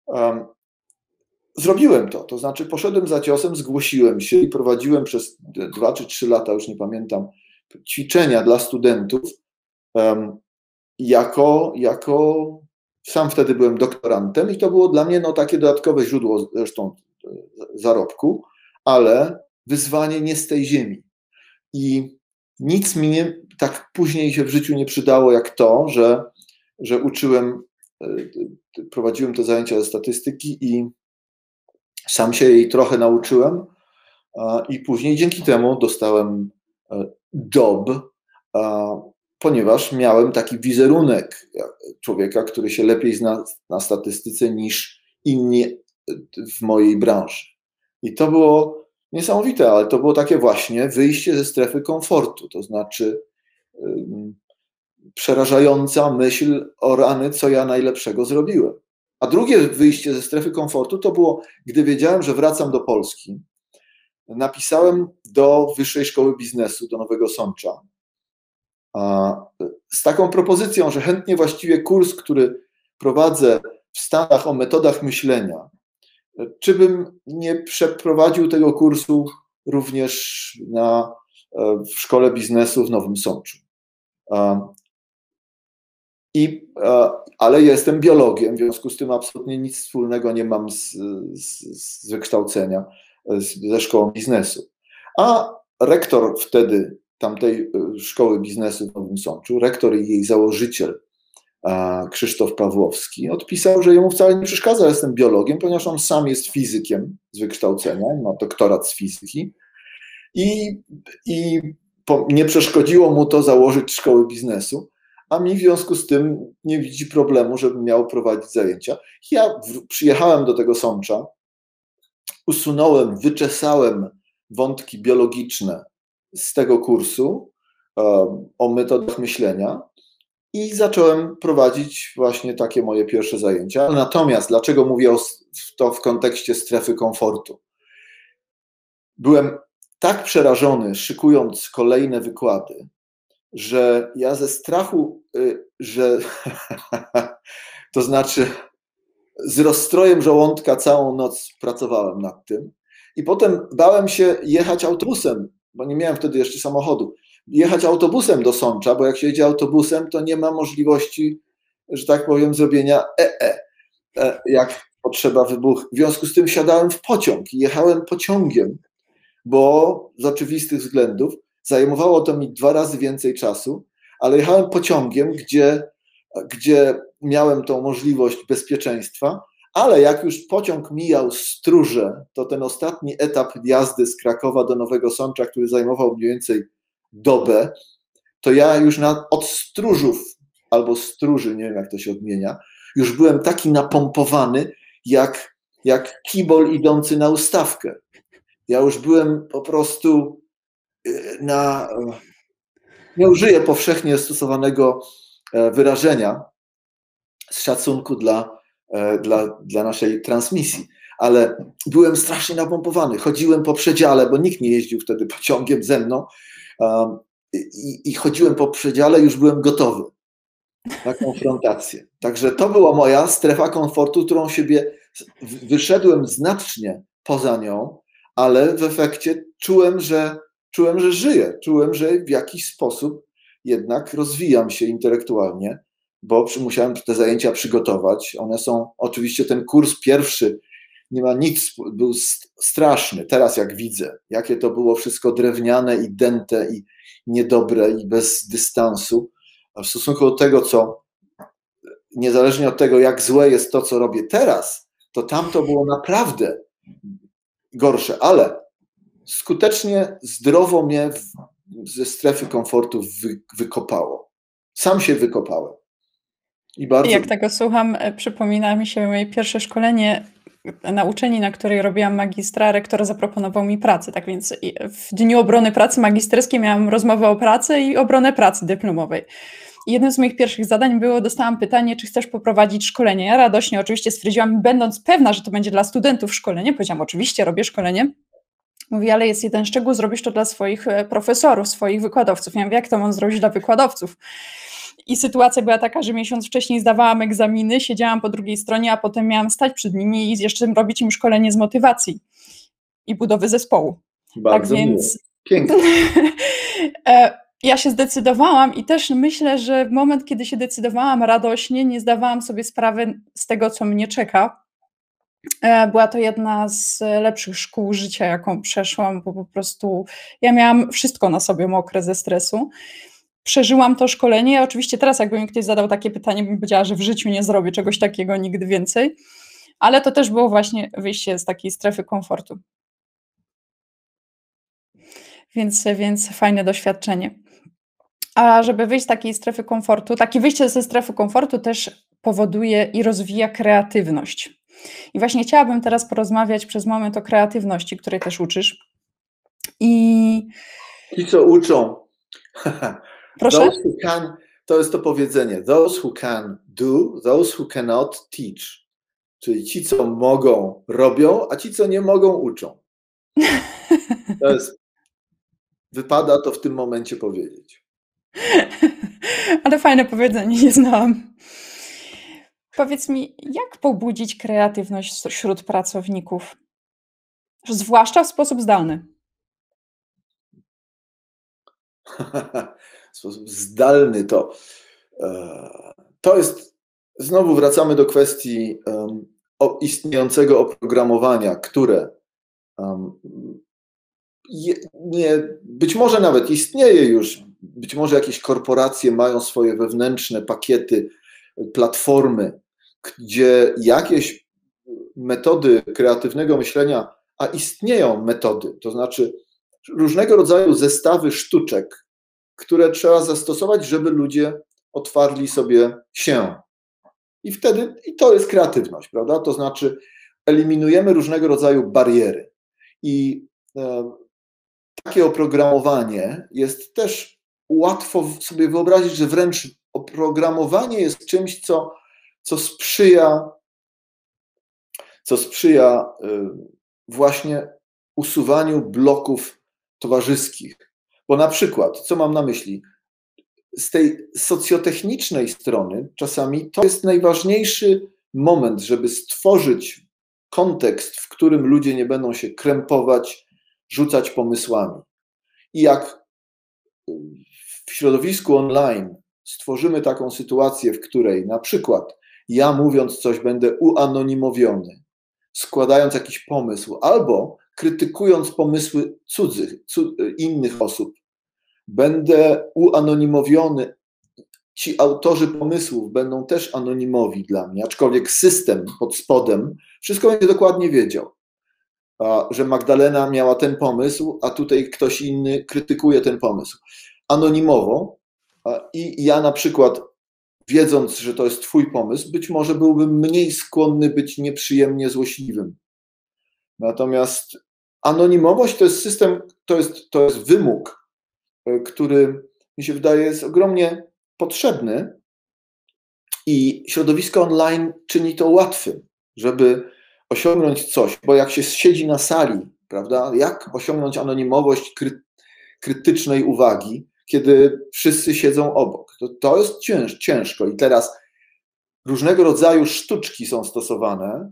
zrobiłem to znaczy poszedłem za ciosem, zgłosiłem się i prowadziłem przez 2 czy 3 lata, już nie pamiętam, ćwiczenia dla studentów jako sam wtedy byłem doktorantem i to było dla mnie takie dodatkowe źródło zresztą zarobku, ale wyzwanie nie z tej ziemi. I nic mi tak później się w życiu nie przydało jak to, że prowadziłem te zajęcia ze statystyki i sam się jej trochę nauczyłem i później dzięki temu dostałem job, ponieważ miałem taki wizerunek człowieka, który się lepiej zna na statystyce niż inni w mojej branży. I to było niesamowite, ale to było takie właśnie wyjście ze strefy komfortu, to znaczy przerażająca myśl, o rany, co ja najlepszego zrobiłem. A drugie wyjście ze strefy komfortu to było, gdy wiedziałem, że wracam do Polski, napisałem do Wyższej Szkoły Biznesu, do Nowego Sącza, z taką propozycją, że chętnie właściwie kurs, który prowadzę w Stanach o metodach myślenia, czy bym nie przeprowadził tego kursu również w Szkole Biznesu w Nowym Sączu. Ale jestem biologiem, w związku z tym absolutnie nic wspólnego nie mam z wykształcenia, ze Szkołą Biznesu. A rektor wtedy tamtej Szkoły Biznesu w Nowym Sączu, rektor i jej założyciel Krzysztof Pawłowski, odpisał, że jemu wcale nie przeszkadza, że jestem biologiem, ponieważ on sam jest fizykiem z wykształcenia, ma doktorat z fizyki i nie przeszkodziło mu to założyć Szkoły Biznesu, a mi w związku z tym nie widzi problemu, żebym miał prowadzić zajęcia. Ja przyjechałem do tego Sącza, usunąłem, wyczesałem wątki biologiczne z tego kursu o metodach myślenia i zacząłem prowadzić właśnie takie moje pierwsze zajęcia. Natomiast dlaczego mówię to w kontekście strefy komfortu? Byłem tak przerażony, szykując kolejne wykłady, że ja ze strachu, że to znaczy z rozstrojem żołądka całą noc pracowałem nad tym i potem bałem się jechać autobusem, bo nie miałem wtedy jeszcze samochodu, jechać autobusem do Sącza, bo jak się jedzie autobusem, to nie ma możliwości, że tak powiem, zrobienia jak potrzeba wybuchu. W związku z tym siadałem w pociąg i jechałem pociągiem, bo z oczywistych względów zajmowało to mi 2 razy więcej czasu, ale jechałem pociągiem, gdzie miałem tą możliwość bezpieczeństwa, ale jak już pociąg mijał Stróże, to ten ostatni etap jazdy z Krakowa do Nowego Sącza, który zajmował mniej więcej dobę, to ja już od Stróżów albo Stróży, nie wiem jak to się odmienia, już byłem taki napompowany jak kibol idący na ustawkę. Ja już byłem po prostu nie użyję powszechnie stosowanego wyrażenia z szacunku dla naszej transmisji, ale byłem strasznie napompowany. Chodziłem po przedziale, bo nikt nie jeździł wtedy pociągiem ze mną i chodziłem po przedziale, już byłem gotowy na konfrontację. Także to była moja strefa komfortu, którą wyszedłem znacznie poza nią, ale w efekcie czułem, że żyję, czułem, że w jakiś sposób jednak rozwijam się intelektualnie, bo musiałem te zajęcia przygotować. One są, oczywiście ten kurs pierwszy nie ma nic, był straszny. Teraz jak widzę, jakie to było wszystko drewniane i dęte i niedobre i bez dystansu, a w stosunku do tego, niezależnie od tego, jak złe jest to, co robię teraz, to tamto było naprawdę gorsze, ale skutecznie, zdrowo mnie ze strefy komfortu wykopało. Sam się wykopałem. I bardzo... Jak tego słucham, przypomina mi się moje pierwsze szkolenie na uczelni, na której robiłam magistra. Rektor zaproponował mi pracę. Tak więc w dniu obrony pracy magisterskiej miałam rozmowę o pracy i obronę pracy dyplomowej. I jednym z moich pierwszych zadań dostałam pytanie, czy chcesz poprowadzić szkolenie. Ja radośnie oczywiście stwierdziłam, będąc pewna, że to będzie dla studentów szkolenie, powiedziałam, oczywiście robię szkolenie. Mówi, ale jest jeden szczegół, zrobisz to dla swoich profesorów, swoich wykładowców. Ja mówię, jak to mam zrobić dla wykładowców? I sytuacja była taka, że miesiąc wcześniej zdawałam egzaminy, siedziałam po drugiej stronie, a potem miałam stać przed nimi i jeszcze robić im szkolenie z motywacji i budowy zespołu. Bardzo tak więc pięknie. Ja się zdecydowałam i też myślę, że w moment, kiedy się decydowałam radośnie, nie zdawałam sobie sprawy z tego, co mnie czeka. Była to jedna z lepszych szkół życia, jaką przeszłam, bo po prostu ja miałam wszystko na sobie mokre ze stresu. Przeżyłam to szkolenie. Oczywiście teraz, jakby mi ktoś zadał takie pytanie, bym powiedziała, że w życiu nie zrobię czegoś takiego nigdy więcej, ale to też było właśnie wyjście z takiej strefy komfortu. Więc fajne doświadczenie. A żeby wyjść z takiej strefy komfortu, takie wyjście ze strefy komfortu też powoduje i rozwija kreatywność. I właśnie chciałabym teraz porozmawiać przez moment o kreatywności, której też uczysz. Ci, co uczą. Proszę? Those who can, to jest to powiedzenie. Those who can do, those who cannot teach. Czyli ci, co mogą, robią, a ci, co nie mogą, uczą. Wypada to w tym momencie powiedzieć. Ale fajne powiedzenie, nie znałam. Powiedz mi, jak pobudzić kreatywność wśród pracowników? Zwłaszcza w sposób zdalny. W sposób zdalny to jest, znowu wracamy do kwestii istniejącego oprogramowania, które być może nawet istnieje już, być może jakieś korporacje mają swoje wewnętrzne pakiety, platformy, gdzie jakieś metody kreatywnego myślenia, a istnieją metody, to znaczy różnego rodzaju zestawy sztuczek, które trzeba zastosować, żeby ludzie otwarli sobie się. I to jest kreatywność, prawda? To znaczy eliminujemy różnego rodzaju bariery. I takie oprogramowanie jest też łatwo sobie wyobrazić, że wręcz oprogramowanie jest czymś, co sprzyja właśnie usuwaniu bloków towarzyskich. Bo na przykład, co mam na myśli? Z tej socjotechnicznej strony czasami to jest najważniejszy moment, żeby stworzyć kontekst, w którym ludzie nie będą się krępować, rzucać pomysłami. I jak w środowisku online stworzymy taką sytuację, w której na przykład ja mówiąc coś będę uanonimowiony, składając jakiś pomysł, albo krytykując pomysły innych osób, będę uanonimowiony, ci autorzy pomysłów będą też anonimowi dla mnie, aczkolwiek system pod spodem wszystko będzie dokładnie wiedział, że Magdalena miała ten pomysł, a tutaj ktoś inny krytykuje ten pomysł. Anonimowo i ja na przykład, wiedząc, że to jest twój pomysł, być może byłbym mniej skłonny być nieprzyjemnie złośliwym. Natomiast anonimowość to jest system, to jest wymóg, który mi się wydaje jest ogromnie potrzebny i środowisko online czyni to łatwym, żeby osiągnąć coś, bo jak się siedzi na sali, prawda, jak osiągnąć anonimowość krytycznej uwagi, kiedy wszyscy siedzą obok. To jest ciężko i teraz różnego rodzaju sztuczki są stosowane,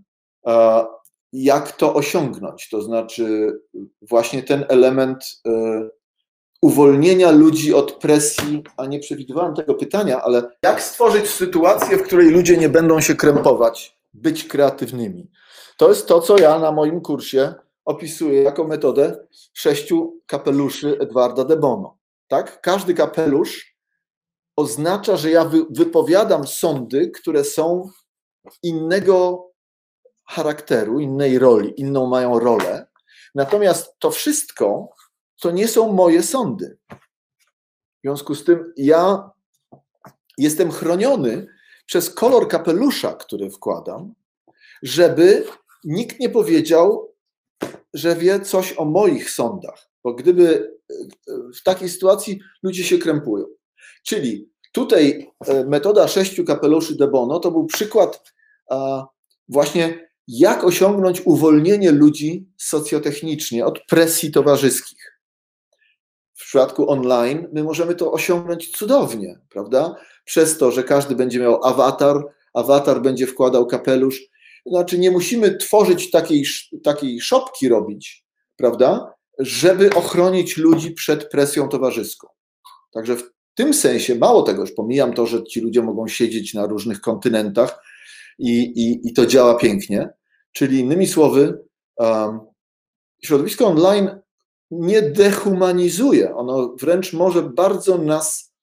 jak to osiągnąć, to znaczy właśnie ten element uwolnienia ludzi od presji, a nie przewidywałem tego pytania, ale jak stworzyć sytuację, w której ludzie nie będą się krępować, być kreatywnymi. To jest to, co ja na moim kursie opisuję jako metodę 6 kapeluszy Edwarda de Bono. Tak? Każdy kapelusz oznacza, że ja wypowiadam sądy, które są innego charakteru, innej roli, inną mają rolę. Natomiast to wszystko to nie są moje sądy. W związku z tym ja jestem chroniony przez kolor kapelusza, który wkładam, żeby nikt nie powiedział, że wie coś o moich sądach. Bo gdyby w takiej sytuacji ludzie się krępują. Czyli tutaj metoda 6 kapeluszy de Bono to był przykład właśnie jak osiągnąć uwolnienie ludzi socjotechnicznie od presji towarzyskich. W przypadku online my możemy to osiągnąć cudownie, prawda? Przez to, że każdy będzie miał awatar będzie wkładał kapelusz. Znaczy nie musimy tworzyć takiej szopki robić, prawda? Żeby ochronić ludzi przed presją towarzyską. Także w tym sensie, mało tego, już pomijam to, że ci ludzie mogą siedzieć na różnych kontynentach i to działa pięknie. Czyli innymi słowy, środowisko online nie dehumanizuje, ono wręcz może bardzo nas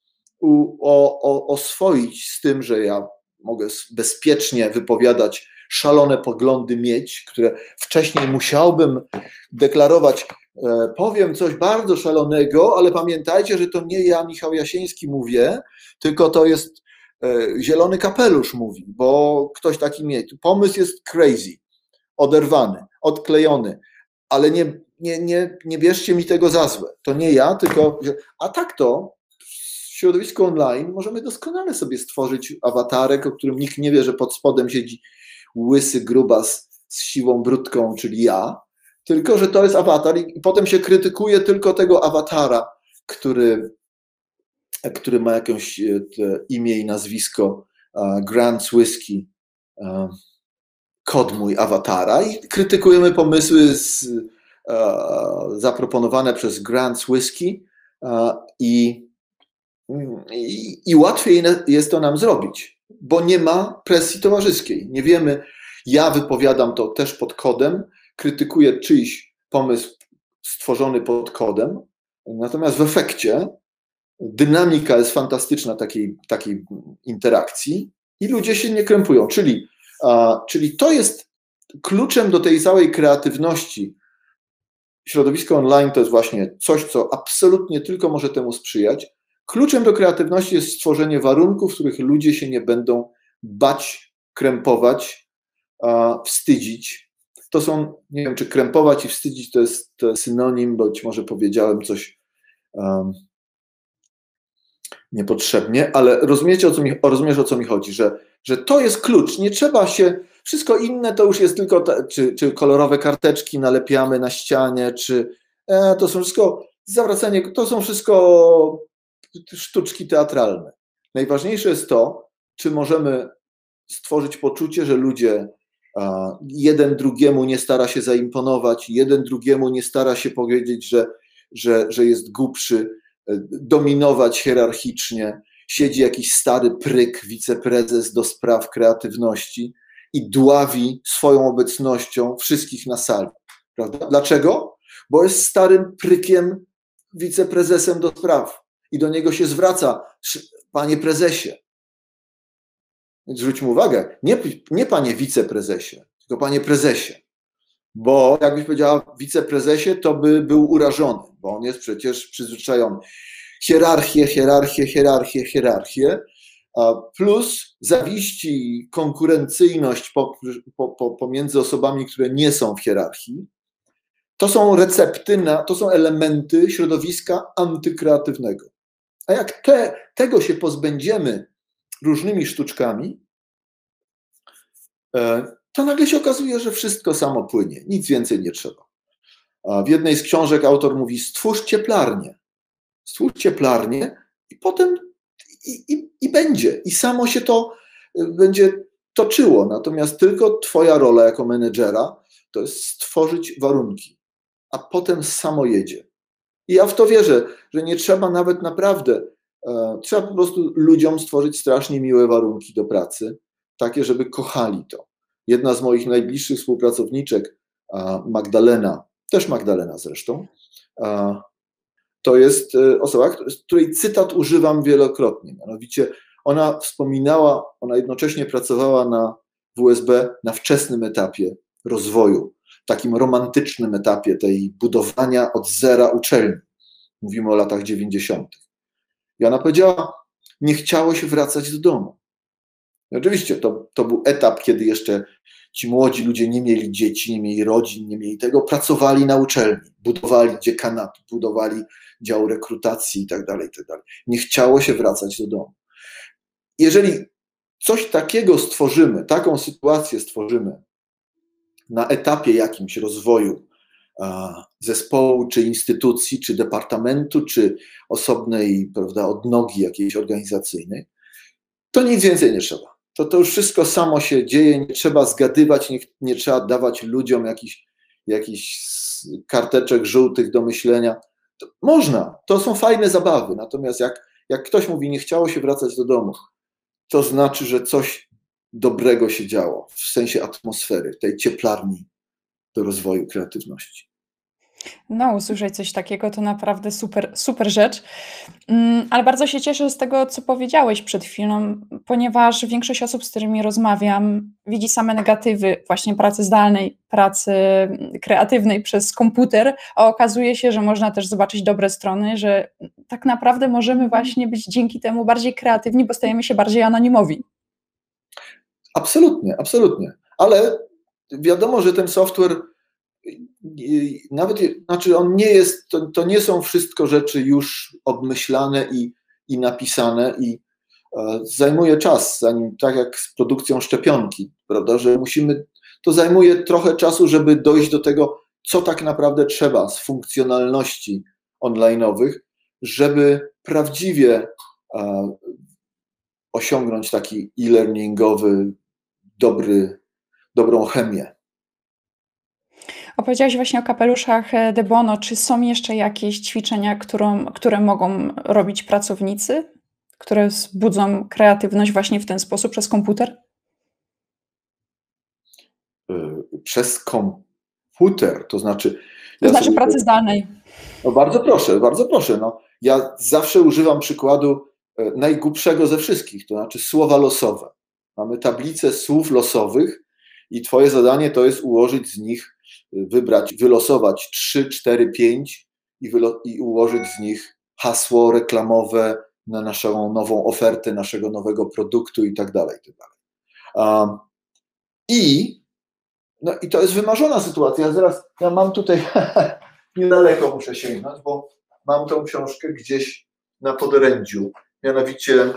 oswoić z tym, że ja mogę bezpiecznie wypowiadać szalone poglądy mieć, które wcześniej musiałbym deklarować, powiem coś bardzo szalonego, ale pamiętajcie, że to nie ja, Michał Jasiński mówię, tylko to jest Zielony Kapelusz mówi, bo ktoś taki mieć. Pomysł jest crazy, oderwany, odklejony, ale nie bierzcie mi tego za złe. To nie ja, tylko... A tak to w środowisku online możemy doskonale sobie stworzyć awatarek, o którym nikt nie wie, że pod spodem siedzi łysy grubas z siwą brudką, czyli ja, tylko że to jest awatar i potem się krytykuje tylko tego awatara, który ma jakieś imię i nazwisko, Grant's Whisky, kod mój awatara i krytykujemy pomysły zaproponowane przez Grant's Whisky i łatwiej jest to nam zrobić, bo nie ma presji towarzyskiej. Nie wiemy, ja wypowiadam to też pod kodem, krytykuję czyjś pomysł stworzony pod kodem, natomiast w efekcie dynamika jest fantastyczna takiej interakcji i ludzie się nie krępują. Czyli to jest kluczem do tej całej kreatywności. Środowisko online to jest właśnie coś, co absolutnie tylko może temu sprzyjać. Kluczem do kreatywności jest stworzenie warunków, w których ludzie się nie będą bać, krępować, wstydzić. To są, nie wiem, czy krępować i wstydzić to jest synonim, bo być może powiedziałem coś niepotrzebnie, ale rozumiesz, o co mi chodzi, że to jest klucz. Nie trzeba się, wszystko inne to już jest tylko, czy kolorowe karteczki nalepiamy na ścianie, to są wszystko zawracanie, to są wszystko sztuczki teatralne. Najważniejsze jest to, czy możemy stworzyć poczucie, że ludzie jeden drugiemu nie stara się zaimponować, jeden drugiemu nie stara się powiedzieć, że jest głupszy, dominować hierarchicznie. Siedzi jakiś stary pryk, wiceprezes do spraw kreatywności i dławi swoją obecnością wszystkich na sali. Prawda? Dlaczego? Bo jest starym prykiem, wiceprezesem do spraw i do niego się zwraca: panie prezesie. Więc zwróćmy uwagę, nie panie wiceprezesie, tylko panie prezesie. Bo jakbyś powiedziała wiceprezesie, to by był urażony, bo on jest przecież przyzwyczajony. Hierarchię, plus zawiści, konkurencyjność pomiędzy osobami, które nie są w hierarchii. To są recepty, to są elementy środowiska antykreatywnego. A jak tego się pozbędziemy różnymi sztuczkami, to nagle się okazuje, że wszystko samo płynie, nic więcej nie trzeba. W jednej z książek autor mówi: stwórz cieplarnię i potem i będzie. I samo się to będzie toczyło. Natomiast tylko twoja rola jako menedżera to jest stworzyć warunki, a potem samo jedzie. I ja w to wierzę, że nie trzeba nawet naprawdę, trzeba po prostu ludziom stworzyć strasznie miłe warunki do pracy, takie, żeby kochali to. Jedna z moich najbliższych współpracowniczek, Magdalena, też Magdalena zresztą, to jest osoba, której cytat używam wielokrotnie. Mianowicie ona wspominała, ona jednocześnie pracowała na WSB na wczesnym etapie rozwoju, takim romantycznym etapie tej budowania od zera uczelni. Mówimy o latach 90. I ona powiedziała: nie chciało się wracać do domu. I oczywiście to był etap, kiedy jeszcze ci młodzi ludzie nie mieli dzieci, nie mieli rodzin, nie mieli tego, pracowali na uczelni, budowali dziekanat, budowali dział rekrutacji i tak dalej. Nie chciało się wracać do domu. Jeżeli coś takiego stworzymy, taką sytuację stworzymy na etapie jakimś rozwoju zespołu, czy instytucji, czy departamentu, czy osobnej, prawda, odnogi jakiejś organizacyjnej, to nic więcej nie trzeba. To już wszystko samo się dzieje, nie trzeba zgadywać, nie trzeba dawać ludziom jakichś karteczek żółtych do myślenia. Można, to są fajne zabawy, natomiast jak ktoś mówi: nie chciało się wracać do domu, to znaczy, że coś dobrego się działo w sensie atmosfery, tej cieplarni do rozwoju kreatywności. No, usłyszeć coś takiego to naprawdę super rzecz. Ale bardzo się cieszę z tego, co powiedziałeś przed chwilą, ponieważ większość osób, z którymi rozmawiam, widzi same negatywy właśnie pracy zdalnej, pracy kreatywnej przez komputer, a okazuje się, że można też zobaczyć dobre strony, że tak naprawdę możemy właśnie być dzięki temu bardziej kreatywni, bo stajemy się bardziej anonimowi. Absolutnie. Ale wiadomo, że ten software nawet, znaczy on nie jest, to nie są wszystko rzeczy już obmyślane i napisane i zajmuje czas, zanim, tak jak z produkcją szczepionki, prawda, że to zajmuje trochę czasu, żeby dojść do tego, co tak naprawdę trzeba z funkcjonalności online'owych, żeby prawdziwie osiągnąć taki e-learningowy, dobrą chemię. Opowiedziałeś właśnie o kapeluszach De Bono. Czy są jeszcze jakieś ćwiczenia, które mogą robić pracownicy, które wzbudzą kreatywność właśnie w ten sposób przez komputer? Przez komputer, to znaczy... Pracy zdalnej. No bardzo proszę. No, ja zawsze używam przykładu najgłupszego ze wszystkich, to znaczy słowa losowe. Mamy tablicę słów losowych i twoje zadanie to jest ułożyć z nich, wylosować 3, 4, 5 i ułożyć z nich hasło reklamowe na naszą nową ofertę, naszego nowego produktu i tak dalej. I to jest wymarzona sytuacja. Ja mam tutaj, niedaleko muszę sięgnąć, bo mam tą książkę gdzieś na podorędziu Mianowicie,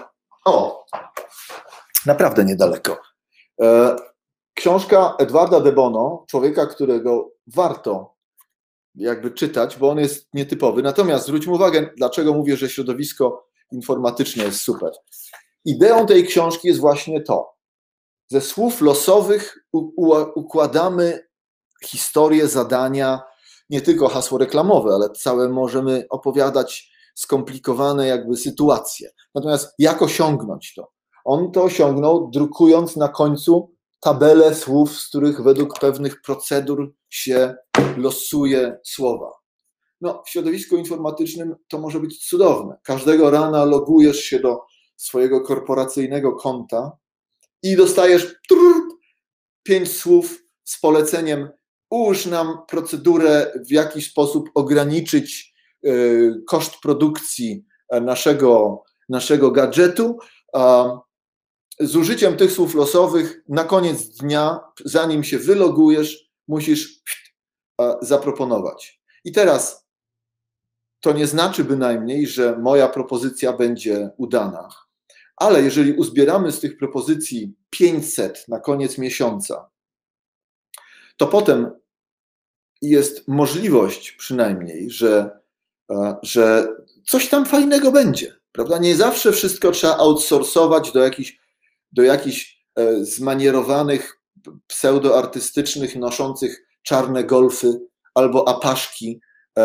naprawdę niedaleko. Książka Edwarda de Bono, człowieka, którego warto jakby czytać, bo on jest nietypowy. Natomiast zwróćmy uwagę, dlaczego mówię, że środowisko informatyczne jest super. Ideą tej książki jest właśnie to. Ze słów losowych układamy historię, zadania, nie tylko hasło reklamowe, ale całe możemy opowiadać skomplikowane jakby sytuacje. Natomiast jak osiągnąć to? On to osiągnął, drukując na końcu tabelę słów, z których według pewnych procedur się losuje słowa. No, w środowisku informatycznym to może być cudowne. Każdego rana logujesz się do swojego korporacyjnego konta i dostajesz 5 słów z poleceniem: ułóż nam procedurę, w jaki sposób ograniczyć koszt produkcji naszego gadżetu. Z użyciem tych słów losowych na koniec dnia, zanim się wylogujesz, musisz zaproponować. I teraz to nie znaczy bynajmniej, że moja propozycja będzie udana, ale jeżeli uzbieramy z tych propozycji 500 na koniec miesiąca, to potem jest możliwość przynajmniej, że coś tam fajnego będzie, prawda? Nie zawsze wszystko trzeba outsourcować do jakichś zmanierowanych, pseudoartystycznych, noszących czarne golfy albo apaszki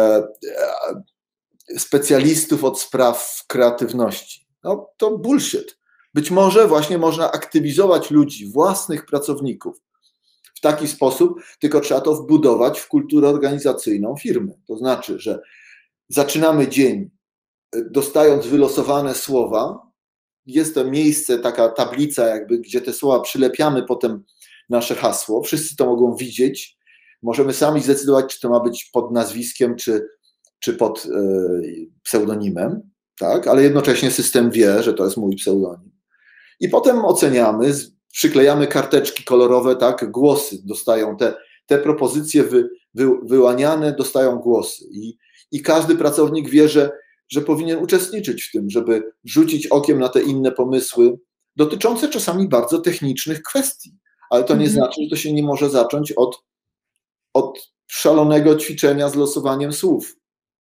specjalistów od spraw kreatywności. No to bullshit. Być może właśnie można aktywizować ludzi, własnych pracowników w taki sposób, tylko trzeba to wbudować w kulturę organizacyjną firmy. To znaczy, że zaczynamy dzień dostając wylosowane słowa, jest to miejsce, taka tablica jakby, gdzie te słowa przylepiamy potem nasze hasło, wszyscy to mogą widzieć, możemy sami zdecydować, czy to ma być pod nazwiskiem, czy pod pseudonimem, tak? Ale jednocześnie system wie, że to jest mój pseudonim. I potem oceniamy, przyklejamy karteczki kolorowe, tak? Głosy dostają, te propozycje wyłaniane dostają głosy i każdy pracownik wie, że powinien uczestniczyć w tym, żeby rzucić okiem na te inne pomysły, dotyczące czasami bardzo technicznych kwestii. Ale to nie znaczy, że to się nie może zacząć od szalonego ćwiczenia z losowaniem słów.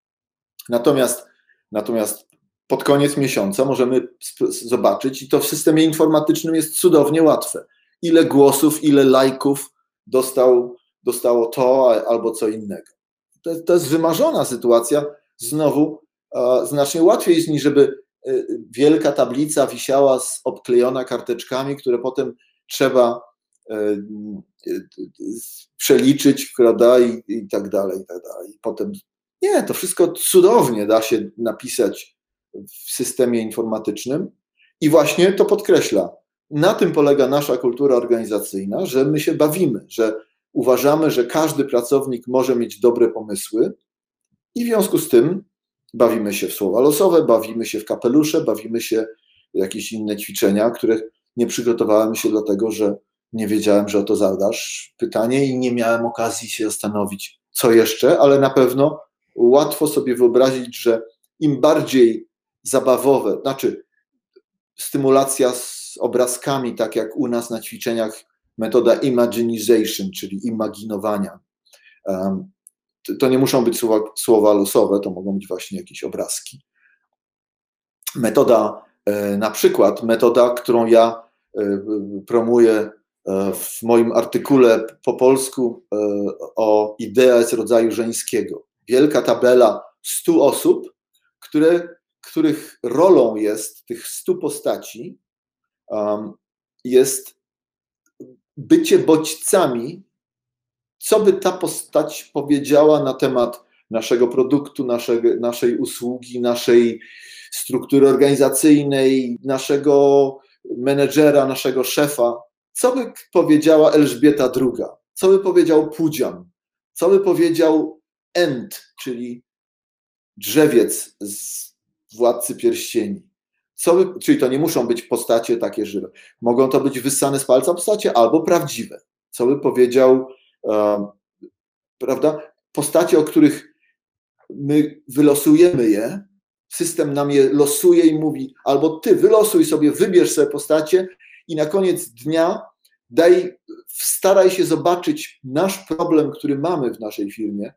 Natomiast pod koniec miesiąca możemy zobaczyć, i to w systemie informatycznym jest cudownie łatwe, ile głosów, ile lajków dostało to albo co innego. To jest wymarzona sytuacja, znowu znacznie łatwiej jest, niż żeby wielka tablica wisiała obklejona karteczkami, które potem trzeba przeliczyć, prawda, i tak dalej, i tak dalej. Potem nie, to wszystko cudownie da się napisać w systemie informatycznym i właśnie to podkreśla. Na tym polega nasza kultura organizacyjna, że my się bawimy, że uważamy, że każdy pracownik może mieć dobre pomysły i w związku z tym bawimy się w słowa losowe, bawimy się w kapelusze, bawimy się w jakieś inne ćwiczenia, których nie przygotowałem się dlatego, że nie wiedziałem, że o to zadasz pytanie i nie miałem okazji się zastanowić, co jeszcze, ale na pewno łatwo sobie wyobrazić, że im bardziej zabawowe, znaczy stymulacja z obrazkami, tak jak u nas na ćwiczeniach metoda imaginization, czyli imaginowania. To nie muszą być słowa losowe, to mogą być właśnie jakieś obrazki. Na przykład metoda, którą ja promuję w moim artykule po polsku o idea jest rodzaju żeńskiego. Wielka tabela 100 osób, których rolą jest tych 100 postaci, jest bycie bodźcami, co by ta postać powiedziała na temat naszego produktu, naszej usługi, naszej struktury organizacyjnej, naszego menedżera, naszego szefa. Co by powiedziała Elżbieta II? Co by powiedział Pudzian? Co by powiedział Ent, czyli drzewiec z Władcy Pierścieni? Czyli to nie muszą być postacie takie żywe. Mogą to być wyssane z palca postacie albo prawdziwe. Co by powiedział, prawda? Postacie, o których my wylosujemy je System nam je losuje i mówi, albo ty wylosuj sobie, wybierz sobie postacie i na koniec dnia staraj się zobaczyć nasz problem, który mamy w naszej firmie,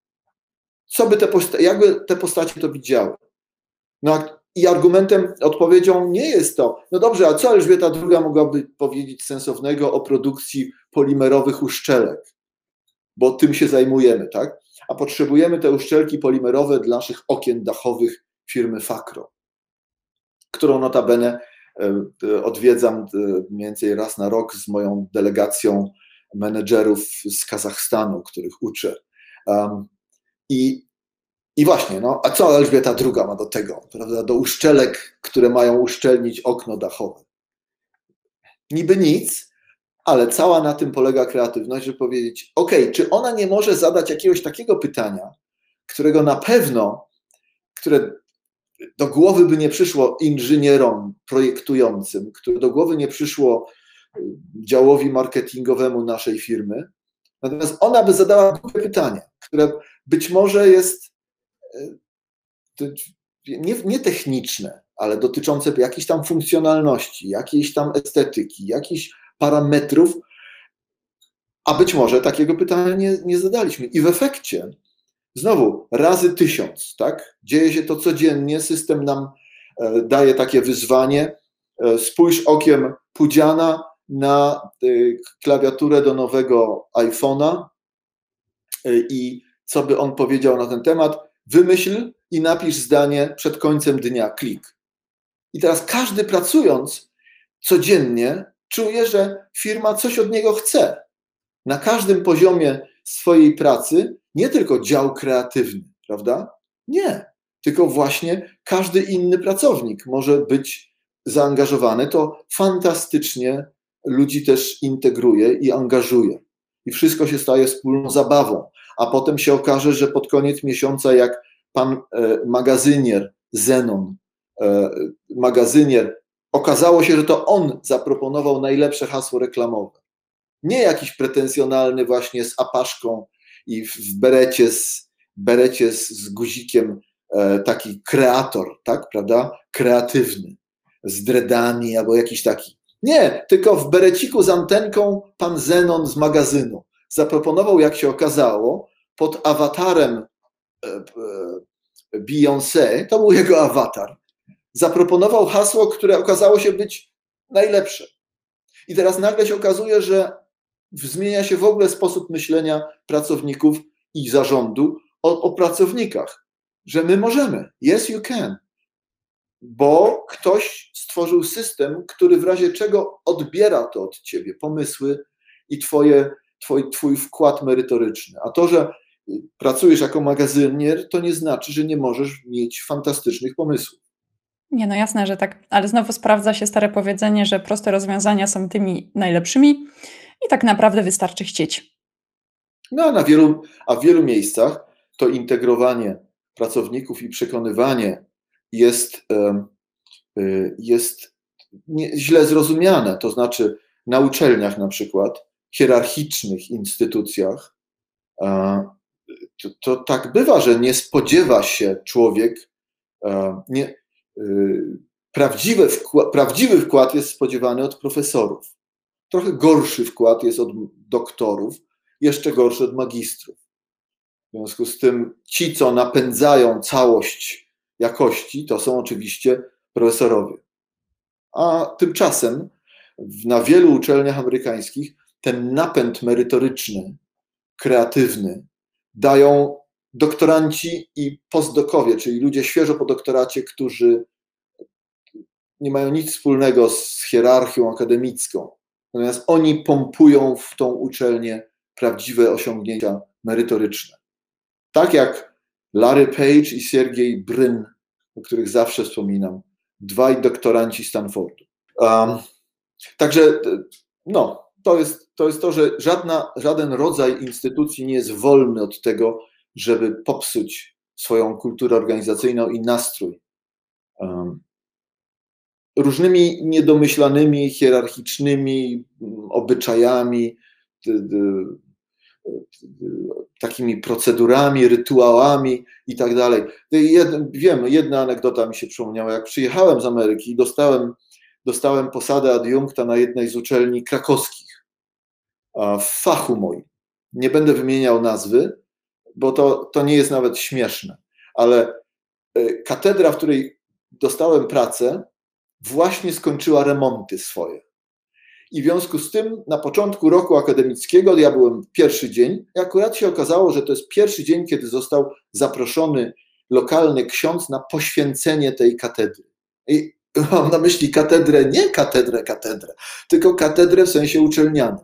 jakby te postacie to widziały. No i argumentem, odpowiedzią nie jest to, no dobrze, a co Elżbieta II mogłaby powiedzieć sensownego o produkcji polimerowych uszczelek? Bo tym się zajmujemy, tak? A potrzebujemy te uszczelki polimerowe dla naszych okien dachowych firmy Fakro, którą notabene odwiedzam mniej więcej raz na rok z moją delegacją menedżerów z Kazachstanu, których uczę. I właśnie, no, a co Elżbieta II ma do tego, prawda? Do uszczelek, które mają uszczelnić okno dachowe? Niby nic, ale cała na tym polega kreatywność, żeby powiedzieć, ok, czy ona nie może zadać jakiegoś takiego pytania, którego na pewno, które do głowy by nie przyszło inżynierom projektującym, które do głowy nie przyszło działowi marketingowemu naszej firmy, natomiast ona by zadała głupie pytanie, które być może jest nie techniczne, ale dotyczące jakiejś tam funkcjonalności, jakiejś tam estetyki, jakichś parametrów, a być może takiego pytania nie zadaliśmy. I w efekcie znowu razy 1000, tak? Dzieje się to codziennie, system nam daje takie wyzwanie. Spójrz okiem Pudziana na klawiaturę do nowego iPhone'a i co by on powiedział na ten temat. Wymyśl i napisz zdanie przed końcem dnia, klik. I teraz każdy pracując codziennie czuje, że firma coś od niego chce. Na każdym poziomie swojej pracy, nie tylko dział kreatywny, prawda? Nie, tylko właśnie każdy inny pracownik może być zaangażowany. To fantastycznie ludzi też integruje i angażuje. I wszystko się staje wspólną zabawą. A potem się okaże, że pod koniec miesiąca, jak pan magazynier Zenon, okazało się, że to on zaproponował najlepsze hasło reklamowe. Nie jakiś pretensjonalny właśnie z apaszką i w berecie z guzikiem taki kreator, tak, prawda? Kreatywny, z dreadami albo jakiś taki. Nie, tylko w bereciku z antenką pan Zenon z magazynu zaproponował, jak się okazało, pod awatarem Beyoncé, to był jego awatar, zaproponował hasło, które okazało się być najlepsze. I teraz nagle się okazuje, że zmienia się w ogóle sposób myślenia pracowników i zarządu o pracownikach, że my możemy, yes you can, bo ktoś stworzył system, który w razie czego odbiera to od ciebie, pomysły i twój wkład merytoryczny. A to, że pracujesz jako magazynier, to nie znaczy, że nie możesz mieć fantastycznych pomysłów. Nie, no jasne, że tak, ale znowu sprawdza się stare powiedzenie, że proste rozwiązania są tymi najlepszymi i tak naprawdę wystarczy chcieć. No, w wielu miejscach to integrowanie pracowników i przekonywanie jest źle zrozumiane. To znaczy na uczelniach na przykład, hierarchicznych instytucjach, to tak bywa, że nie spodziewa się człowiek, prawdziwy wkład jest spodziewany od profesorów. Trochę gorszy wkład jest od doktorów, jeszcze gorszy od magistrów. W związku z tym ci, co napędzają całość jakości, to są oczywiście profesorowie. A tymczasem na wielu uczelniach amerykańskich ten napęd merytoryczny, kreatywny dają doktoranci i postdokowie, czyli ludzie świeżo po doktoracie, którzy nie mają nic wspólnego z hierarchią akademicką. Natomiast oni pompują w tą uczelnię prawdziwe osiągnięcia merytoryczne. Tak jak Larry Page i Sergiej Brin, o których zawsze wspominam, dwaj doktoranci Stanfordu. Także no, to jest to, że żaden rodzaj instytucji nie jest wolny od tego, żeby popsuć swoją kulturę organizacyjną i nastrój. Różnymi niedomyślanymi, hierarchicznymi obyczajami, takimi procedurami, rytuałami i tak dalej. Wiem, jedna anegdota mi się przypomniała. Jak przyjechałem z Ameryki, dostałem posadę adiunkta na jednej z uczelni krakowskich w fachu moim. Nie będę wymieniał nazwy, bo to nie jest nawet śmieszne, ale katedra, w której dostałem pracę, właśnie skończyła remonty swoje. I w związku z tym na początku roku akademickiego, ja byłem pierwszy dzień, i akurat się okazało, że to jest pierwszy dzień, kiedy został zaproszony lokalny ksiądz na poświęcenie tej katedry. I mam na myśli katedrę, nie katedrę, tylko katedrę w sensie uczelnianym.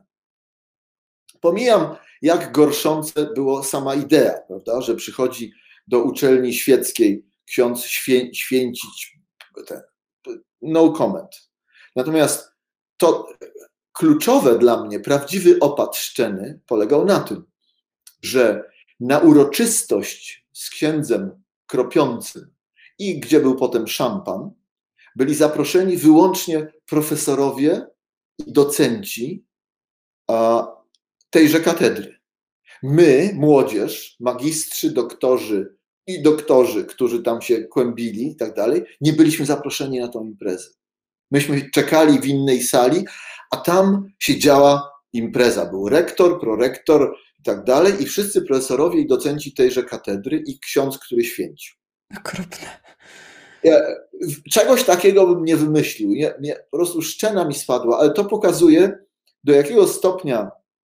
Pomijam, jak gorszące była sama idea, prawda, że przychodzi do uczelni świeckiej ksiądz święcić ten. No comment. Natomiast to kluczowe dla mnie, prawdziwy opad szczeny polegał na tym, że na uroczystość z księdzem kropiącym i gdzie był potem szampan, byli zaproszeni wyłącznie profesorowie i docenci tejże katedry. My, młodzież, magistrzy, doktorzy, którzy tam się kłębili i tak dalej, nie byliśmy zaproszeni na tą imprezę. Myśmy czekali w innej sali, a tam się działa impreza. Był rektor, prorektor i tak dalej i wszyscy profesorowie i docenci tejże katedry i ksiądz, który święcił. Okropne. Czegoś takiego bym nie wymyślił. Po prostu szczena mi spadła, ale to pokazuje, do jakiego stopnia,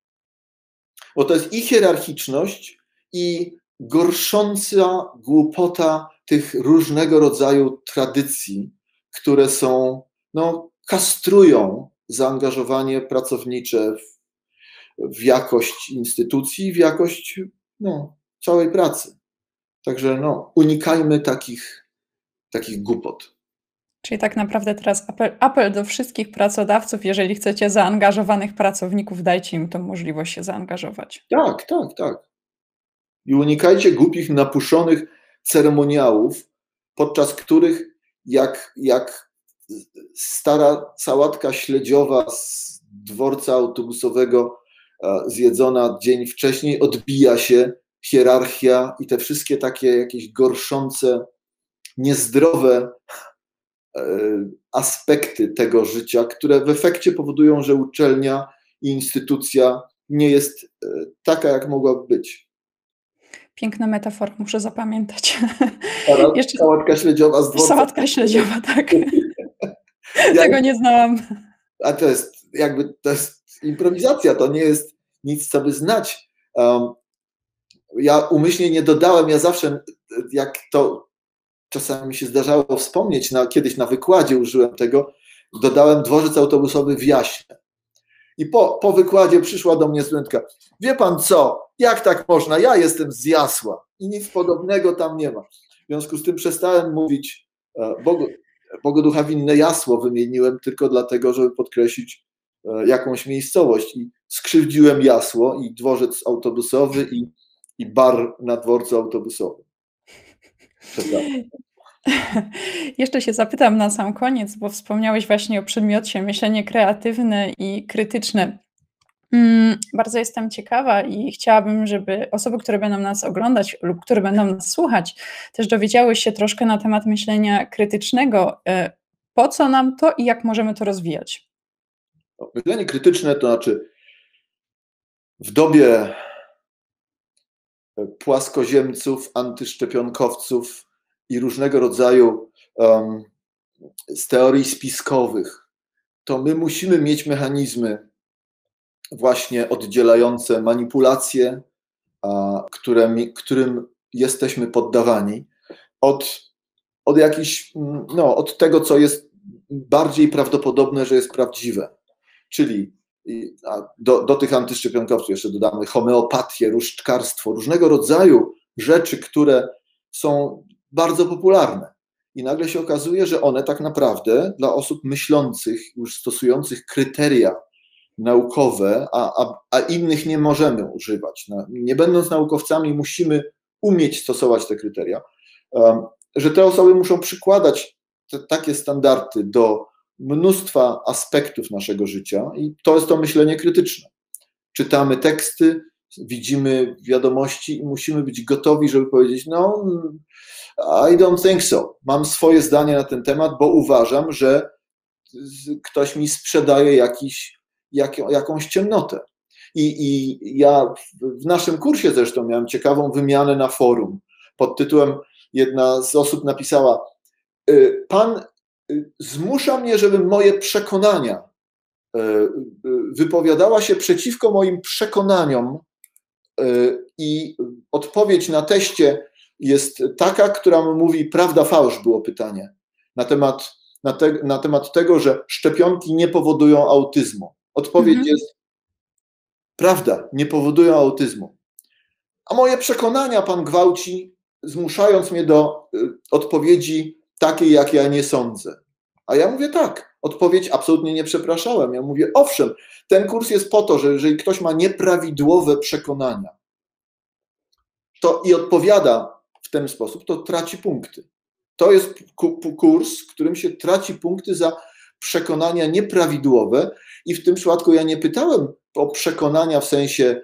bo to jest i hierarchiczność, i gorsząca głupota tych różnego rodzaju tradycji, które są, kastrują zaangażowanie pracownicze w jakość instytucji, w jakość całej pracy. Także unikajmy takich głupot. Czyli tak naprawdę teraz apel do wszystkich pracodawców, jeżeli chcecie zaangażowanych pracowników, dajcie im tą możliwość się zaangażować. Tak. I unikajcie głupich, napuszonych ceremoniałów, podczas których jak stara sałatka śledziowa z dworca autobusowego zjedzona dzień wcześniej, odbija się hierarchia i te wszystkie takie jakieś gorszące, niezdrowe aspekty tego życia, które w efekcie powodują, że uczelnia i instytucja nie jest taka, jak mogłaby być. Piękna metafora, muszę zapamiętać. Sałatka śledziowa z dworca. Sałatka śledziowa, tak. Tego nie znałam. A to jest improwizacja, to nie jest nic, co by znać. Ja umyślnie nie dodałem, ja zawsze, jak to czasami mi się zdarzało wspomnieć, kiedyś na wykładzie użyłem tego, dodałem dworzec autobusowy w Jaśle. I po wykładzie przyszła do mnie studentka. Wie pan co, jak tak można? Ja jestem z Jasła i nic podobnego tam nie ma. W związku z tym przestałem mówić Bogoducha Winne Jasło wymieniłem tylko dlatego, żeby podkreślić jakąś miejscowość. I skrzywdziłem Jasło i dworzec autobusowy i bar na dworcu autobusowym. Przepraszam. Jeszcze się zapytam na sam koniec, bo wspomniałeś właśnie o przedmiocie myślenie kreatywne i krytyczne. Bardzo jestem ciekawa i chciałabym, żeby osoby, które będą nas oglądać lub które będą nas słuchać, też dowiedziały się troszkę na temat myślenia krytycznego. Po co nam to i jak możemy to rozwijać? Myślenie krytyczne to znaczy w dobie płaskoziemców, antyszczepionkowców i różnego rodzaju z teorii spiskowych, to my musimy mieć mechanizmy właśnie oddzielające manipulacje, którym jesteśmy poddawani, od jakichś, od tego, co jest bardziej prawdopodobne, że jest prawdziwe. Czyli do tych antyszczepionkowców jeszcze dodamy homeopatię, różdżkarstwo, różnego rodzaju rzeczy, które są bardzo popularne. I nagle się okazuje, że one tak naprawdę dla osób myślących, już stosujących kryteria naukowe, a innych nie możemy używać. Nie będąc naukowcami, musimy umieć stosować te kryteria, że te osoby muszą przykładać takie standardy do mnóstwa aspektów naszego życia i to jest to myślenie krytyczne. Czytamy teksty widzimy wiadomości i musimy być gotowi, żeby powiedzieć, no, I don't think so. Mam swoje zdanie na ten temat, bo uważam, że ktoś mi sprzedaje jakąś ciemnotę. I ja w naszym kursie zresztą miałem ciekawą wymianę na forum pod tytułem, jedna z osób napisała, pan zmusza mnie, żebym moje przekonania wypowiadała się przeciwko moim przekonaniom i odpowiedź na teście jest taka, która mówi prawda, fałsz, było pytanie na temat tego, że szczepionki nie powodują autyzmu. Odpowiedź jest prawda, nie powodują autyzmu. A moje przekonania pan gwałci, zmuszając mnie do odpowiedzi takiej, jak ja nie sądzę. A ja mówię tak, odpowiedź absolutnie nie przepraszałem. Ja mówię, owszem, ten kurs jest po to, że jeżeli ktoś ma nieprawidłowe przekonania, to i odpowiada w ten sposób, to traci punkty. To jest kurs, w którym się traci punkty za przekonania nieprawidłowe i w tym przypadku ja nie pytałem o przekonania w sensie,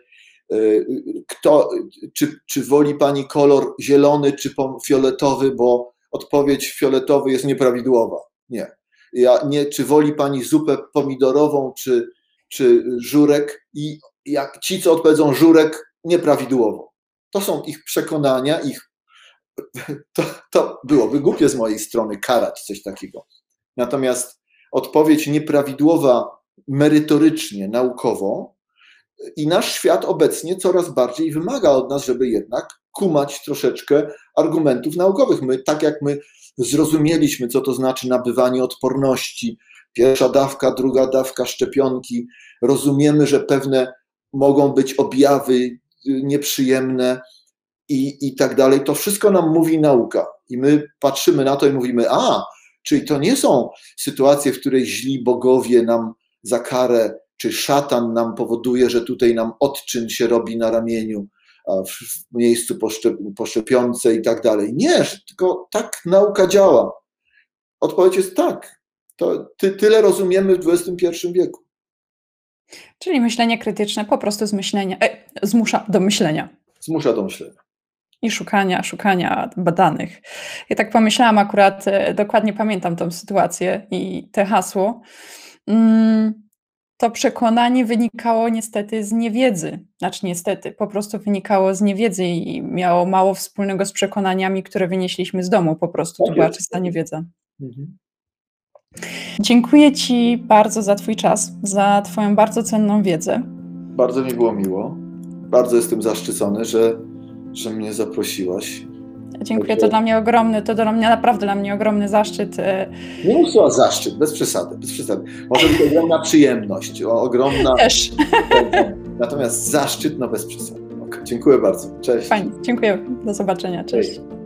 czy woli pani kolor zielony czy fioletowy, bo odpowiedź fioletowy jest nieprawidłowa. Nie, czy woli pani zupę pomidorową czy żurek i jak ci, co odpowiedzą żurek, nieprawidłowo. To są ich przekonania, to byłoby głupie z mojej strony karać coś takiego. Natomiast odpowiedź nieprawidłowa merytorycznie, naukowo i nasz świat obecnie coraz bardziej wymaga od nas, żeby jednak kumać troszeczkę argumentów naukowych. Tak jak my zrozumieliśmy, co to znaczy nabywanie odporności, pierwsza dawka, druga dawka szczepionki, rozumiemy, że pewne mogą być objawy nieprzyjemne i tak dalej. To wszystko nam mówi nauka i my patrzymy na to i mówimy, czyli to nie są sytuacje, w której źli bogowie nam za karę, czy szatan nam powoduje, że tutaj nam odczyn się robi na ramieniu, w miejscu po szczepionce i tak dalej. Nie, tylko tak nauka działa. Odpowiedź jest tak. To tyle rozumiemy w XXI wieku. Czyli myślenie krytyczne po prostu zmusza do myślenia. Zmusza do myślenia. I szukania badanych. Ja tak pomyślałam akurat, dokładnie pamiętam tą sytuację i te hasło. To przekonanie wynikało niestety z niewiedzy. Znaczy niestety, po prostu wynikało z niewiedzy i miało mało wspólnego z przekonaniami, które wynieśliśmy z domu. Po prostu to była czysta niewiedza. Dziękuję Ci bardzo za Twój czas, za Twoją bardzo cenną wiedzę. Bardzo mi było miło. Bardzo jestem zaszczycony, że mnie zaprosiłaś. Dziękuję, to naprawdę dla mnie ogromny zaszczyt. Nie mów słowa zaszczyt, bez przesady. Może być ogromna przyjemność, ogromna... Też. Natomiast zaszczyt, bez przesady. Okay. Dziękuję bardzo. Cześć. Fajnie, dziękuję. Do zobaczenia. Cześć.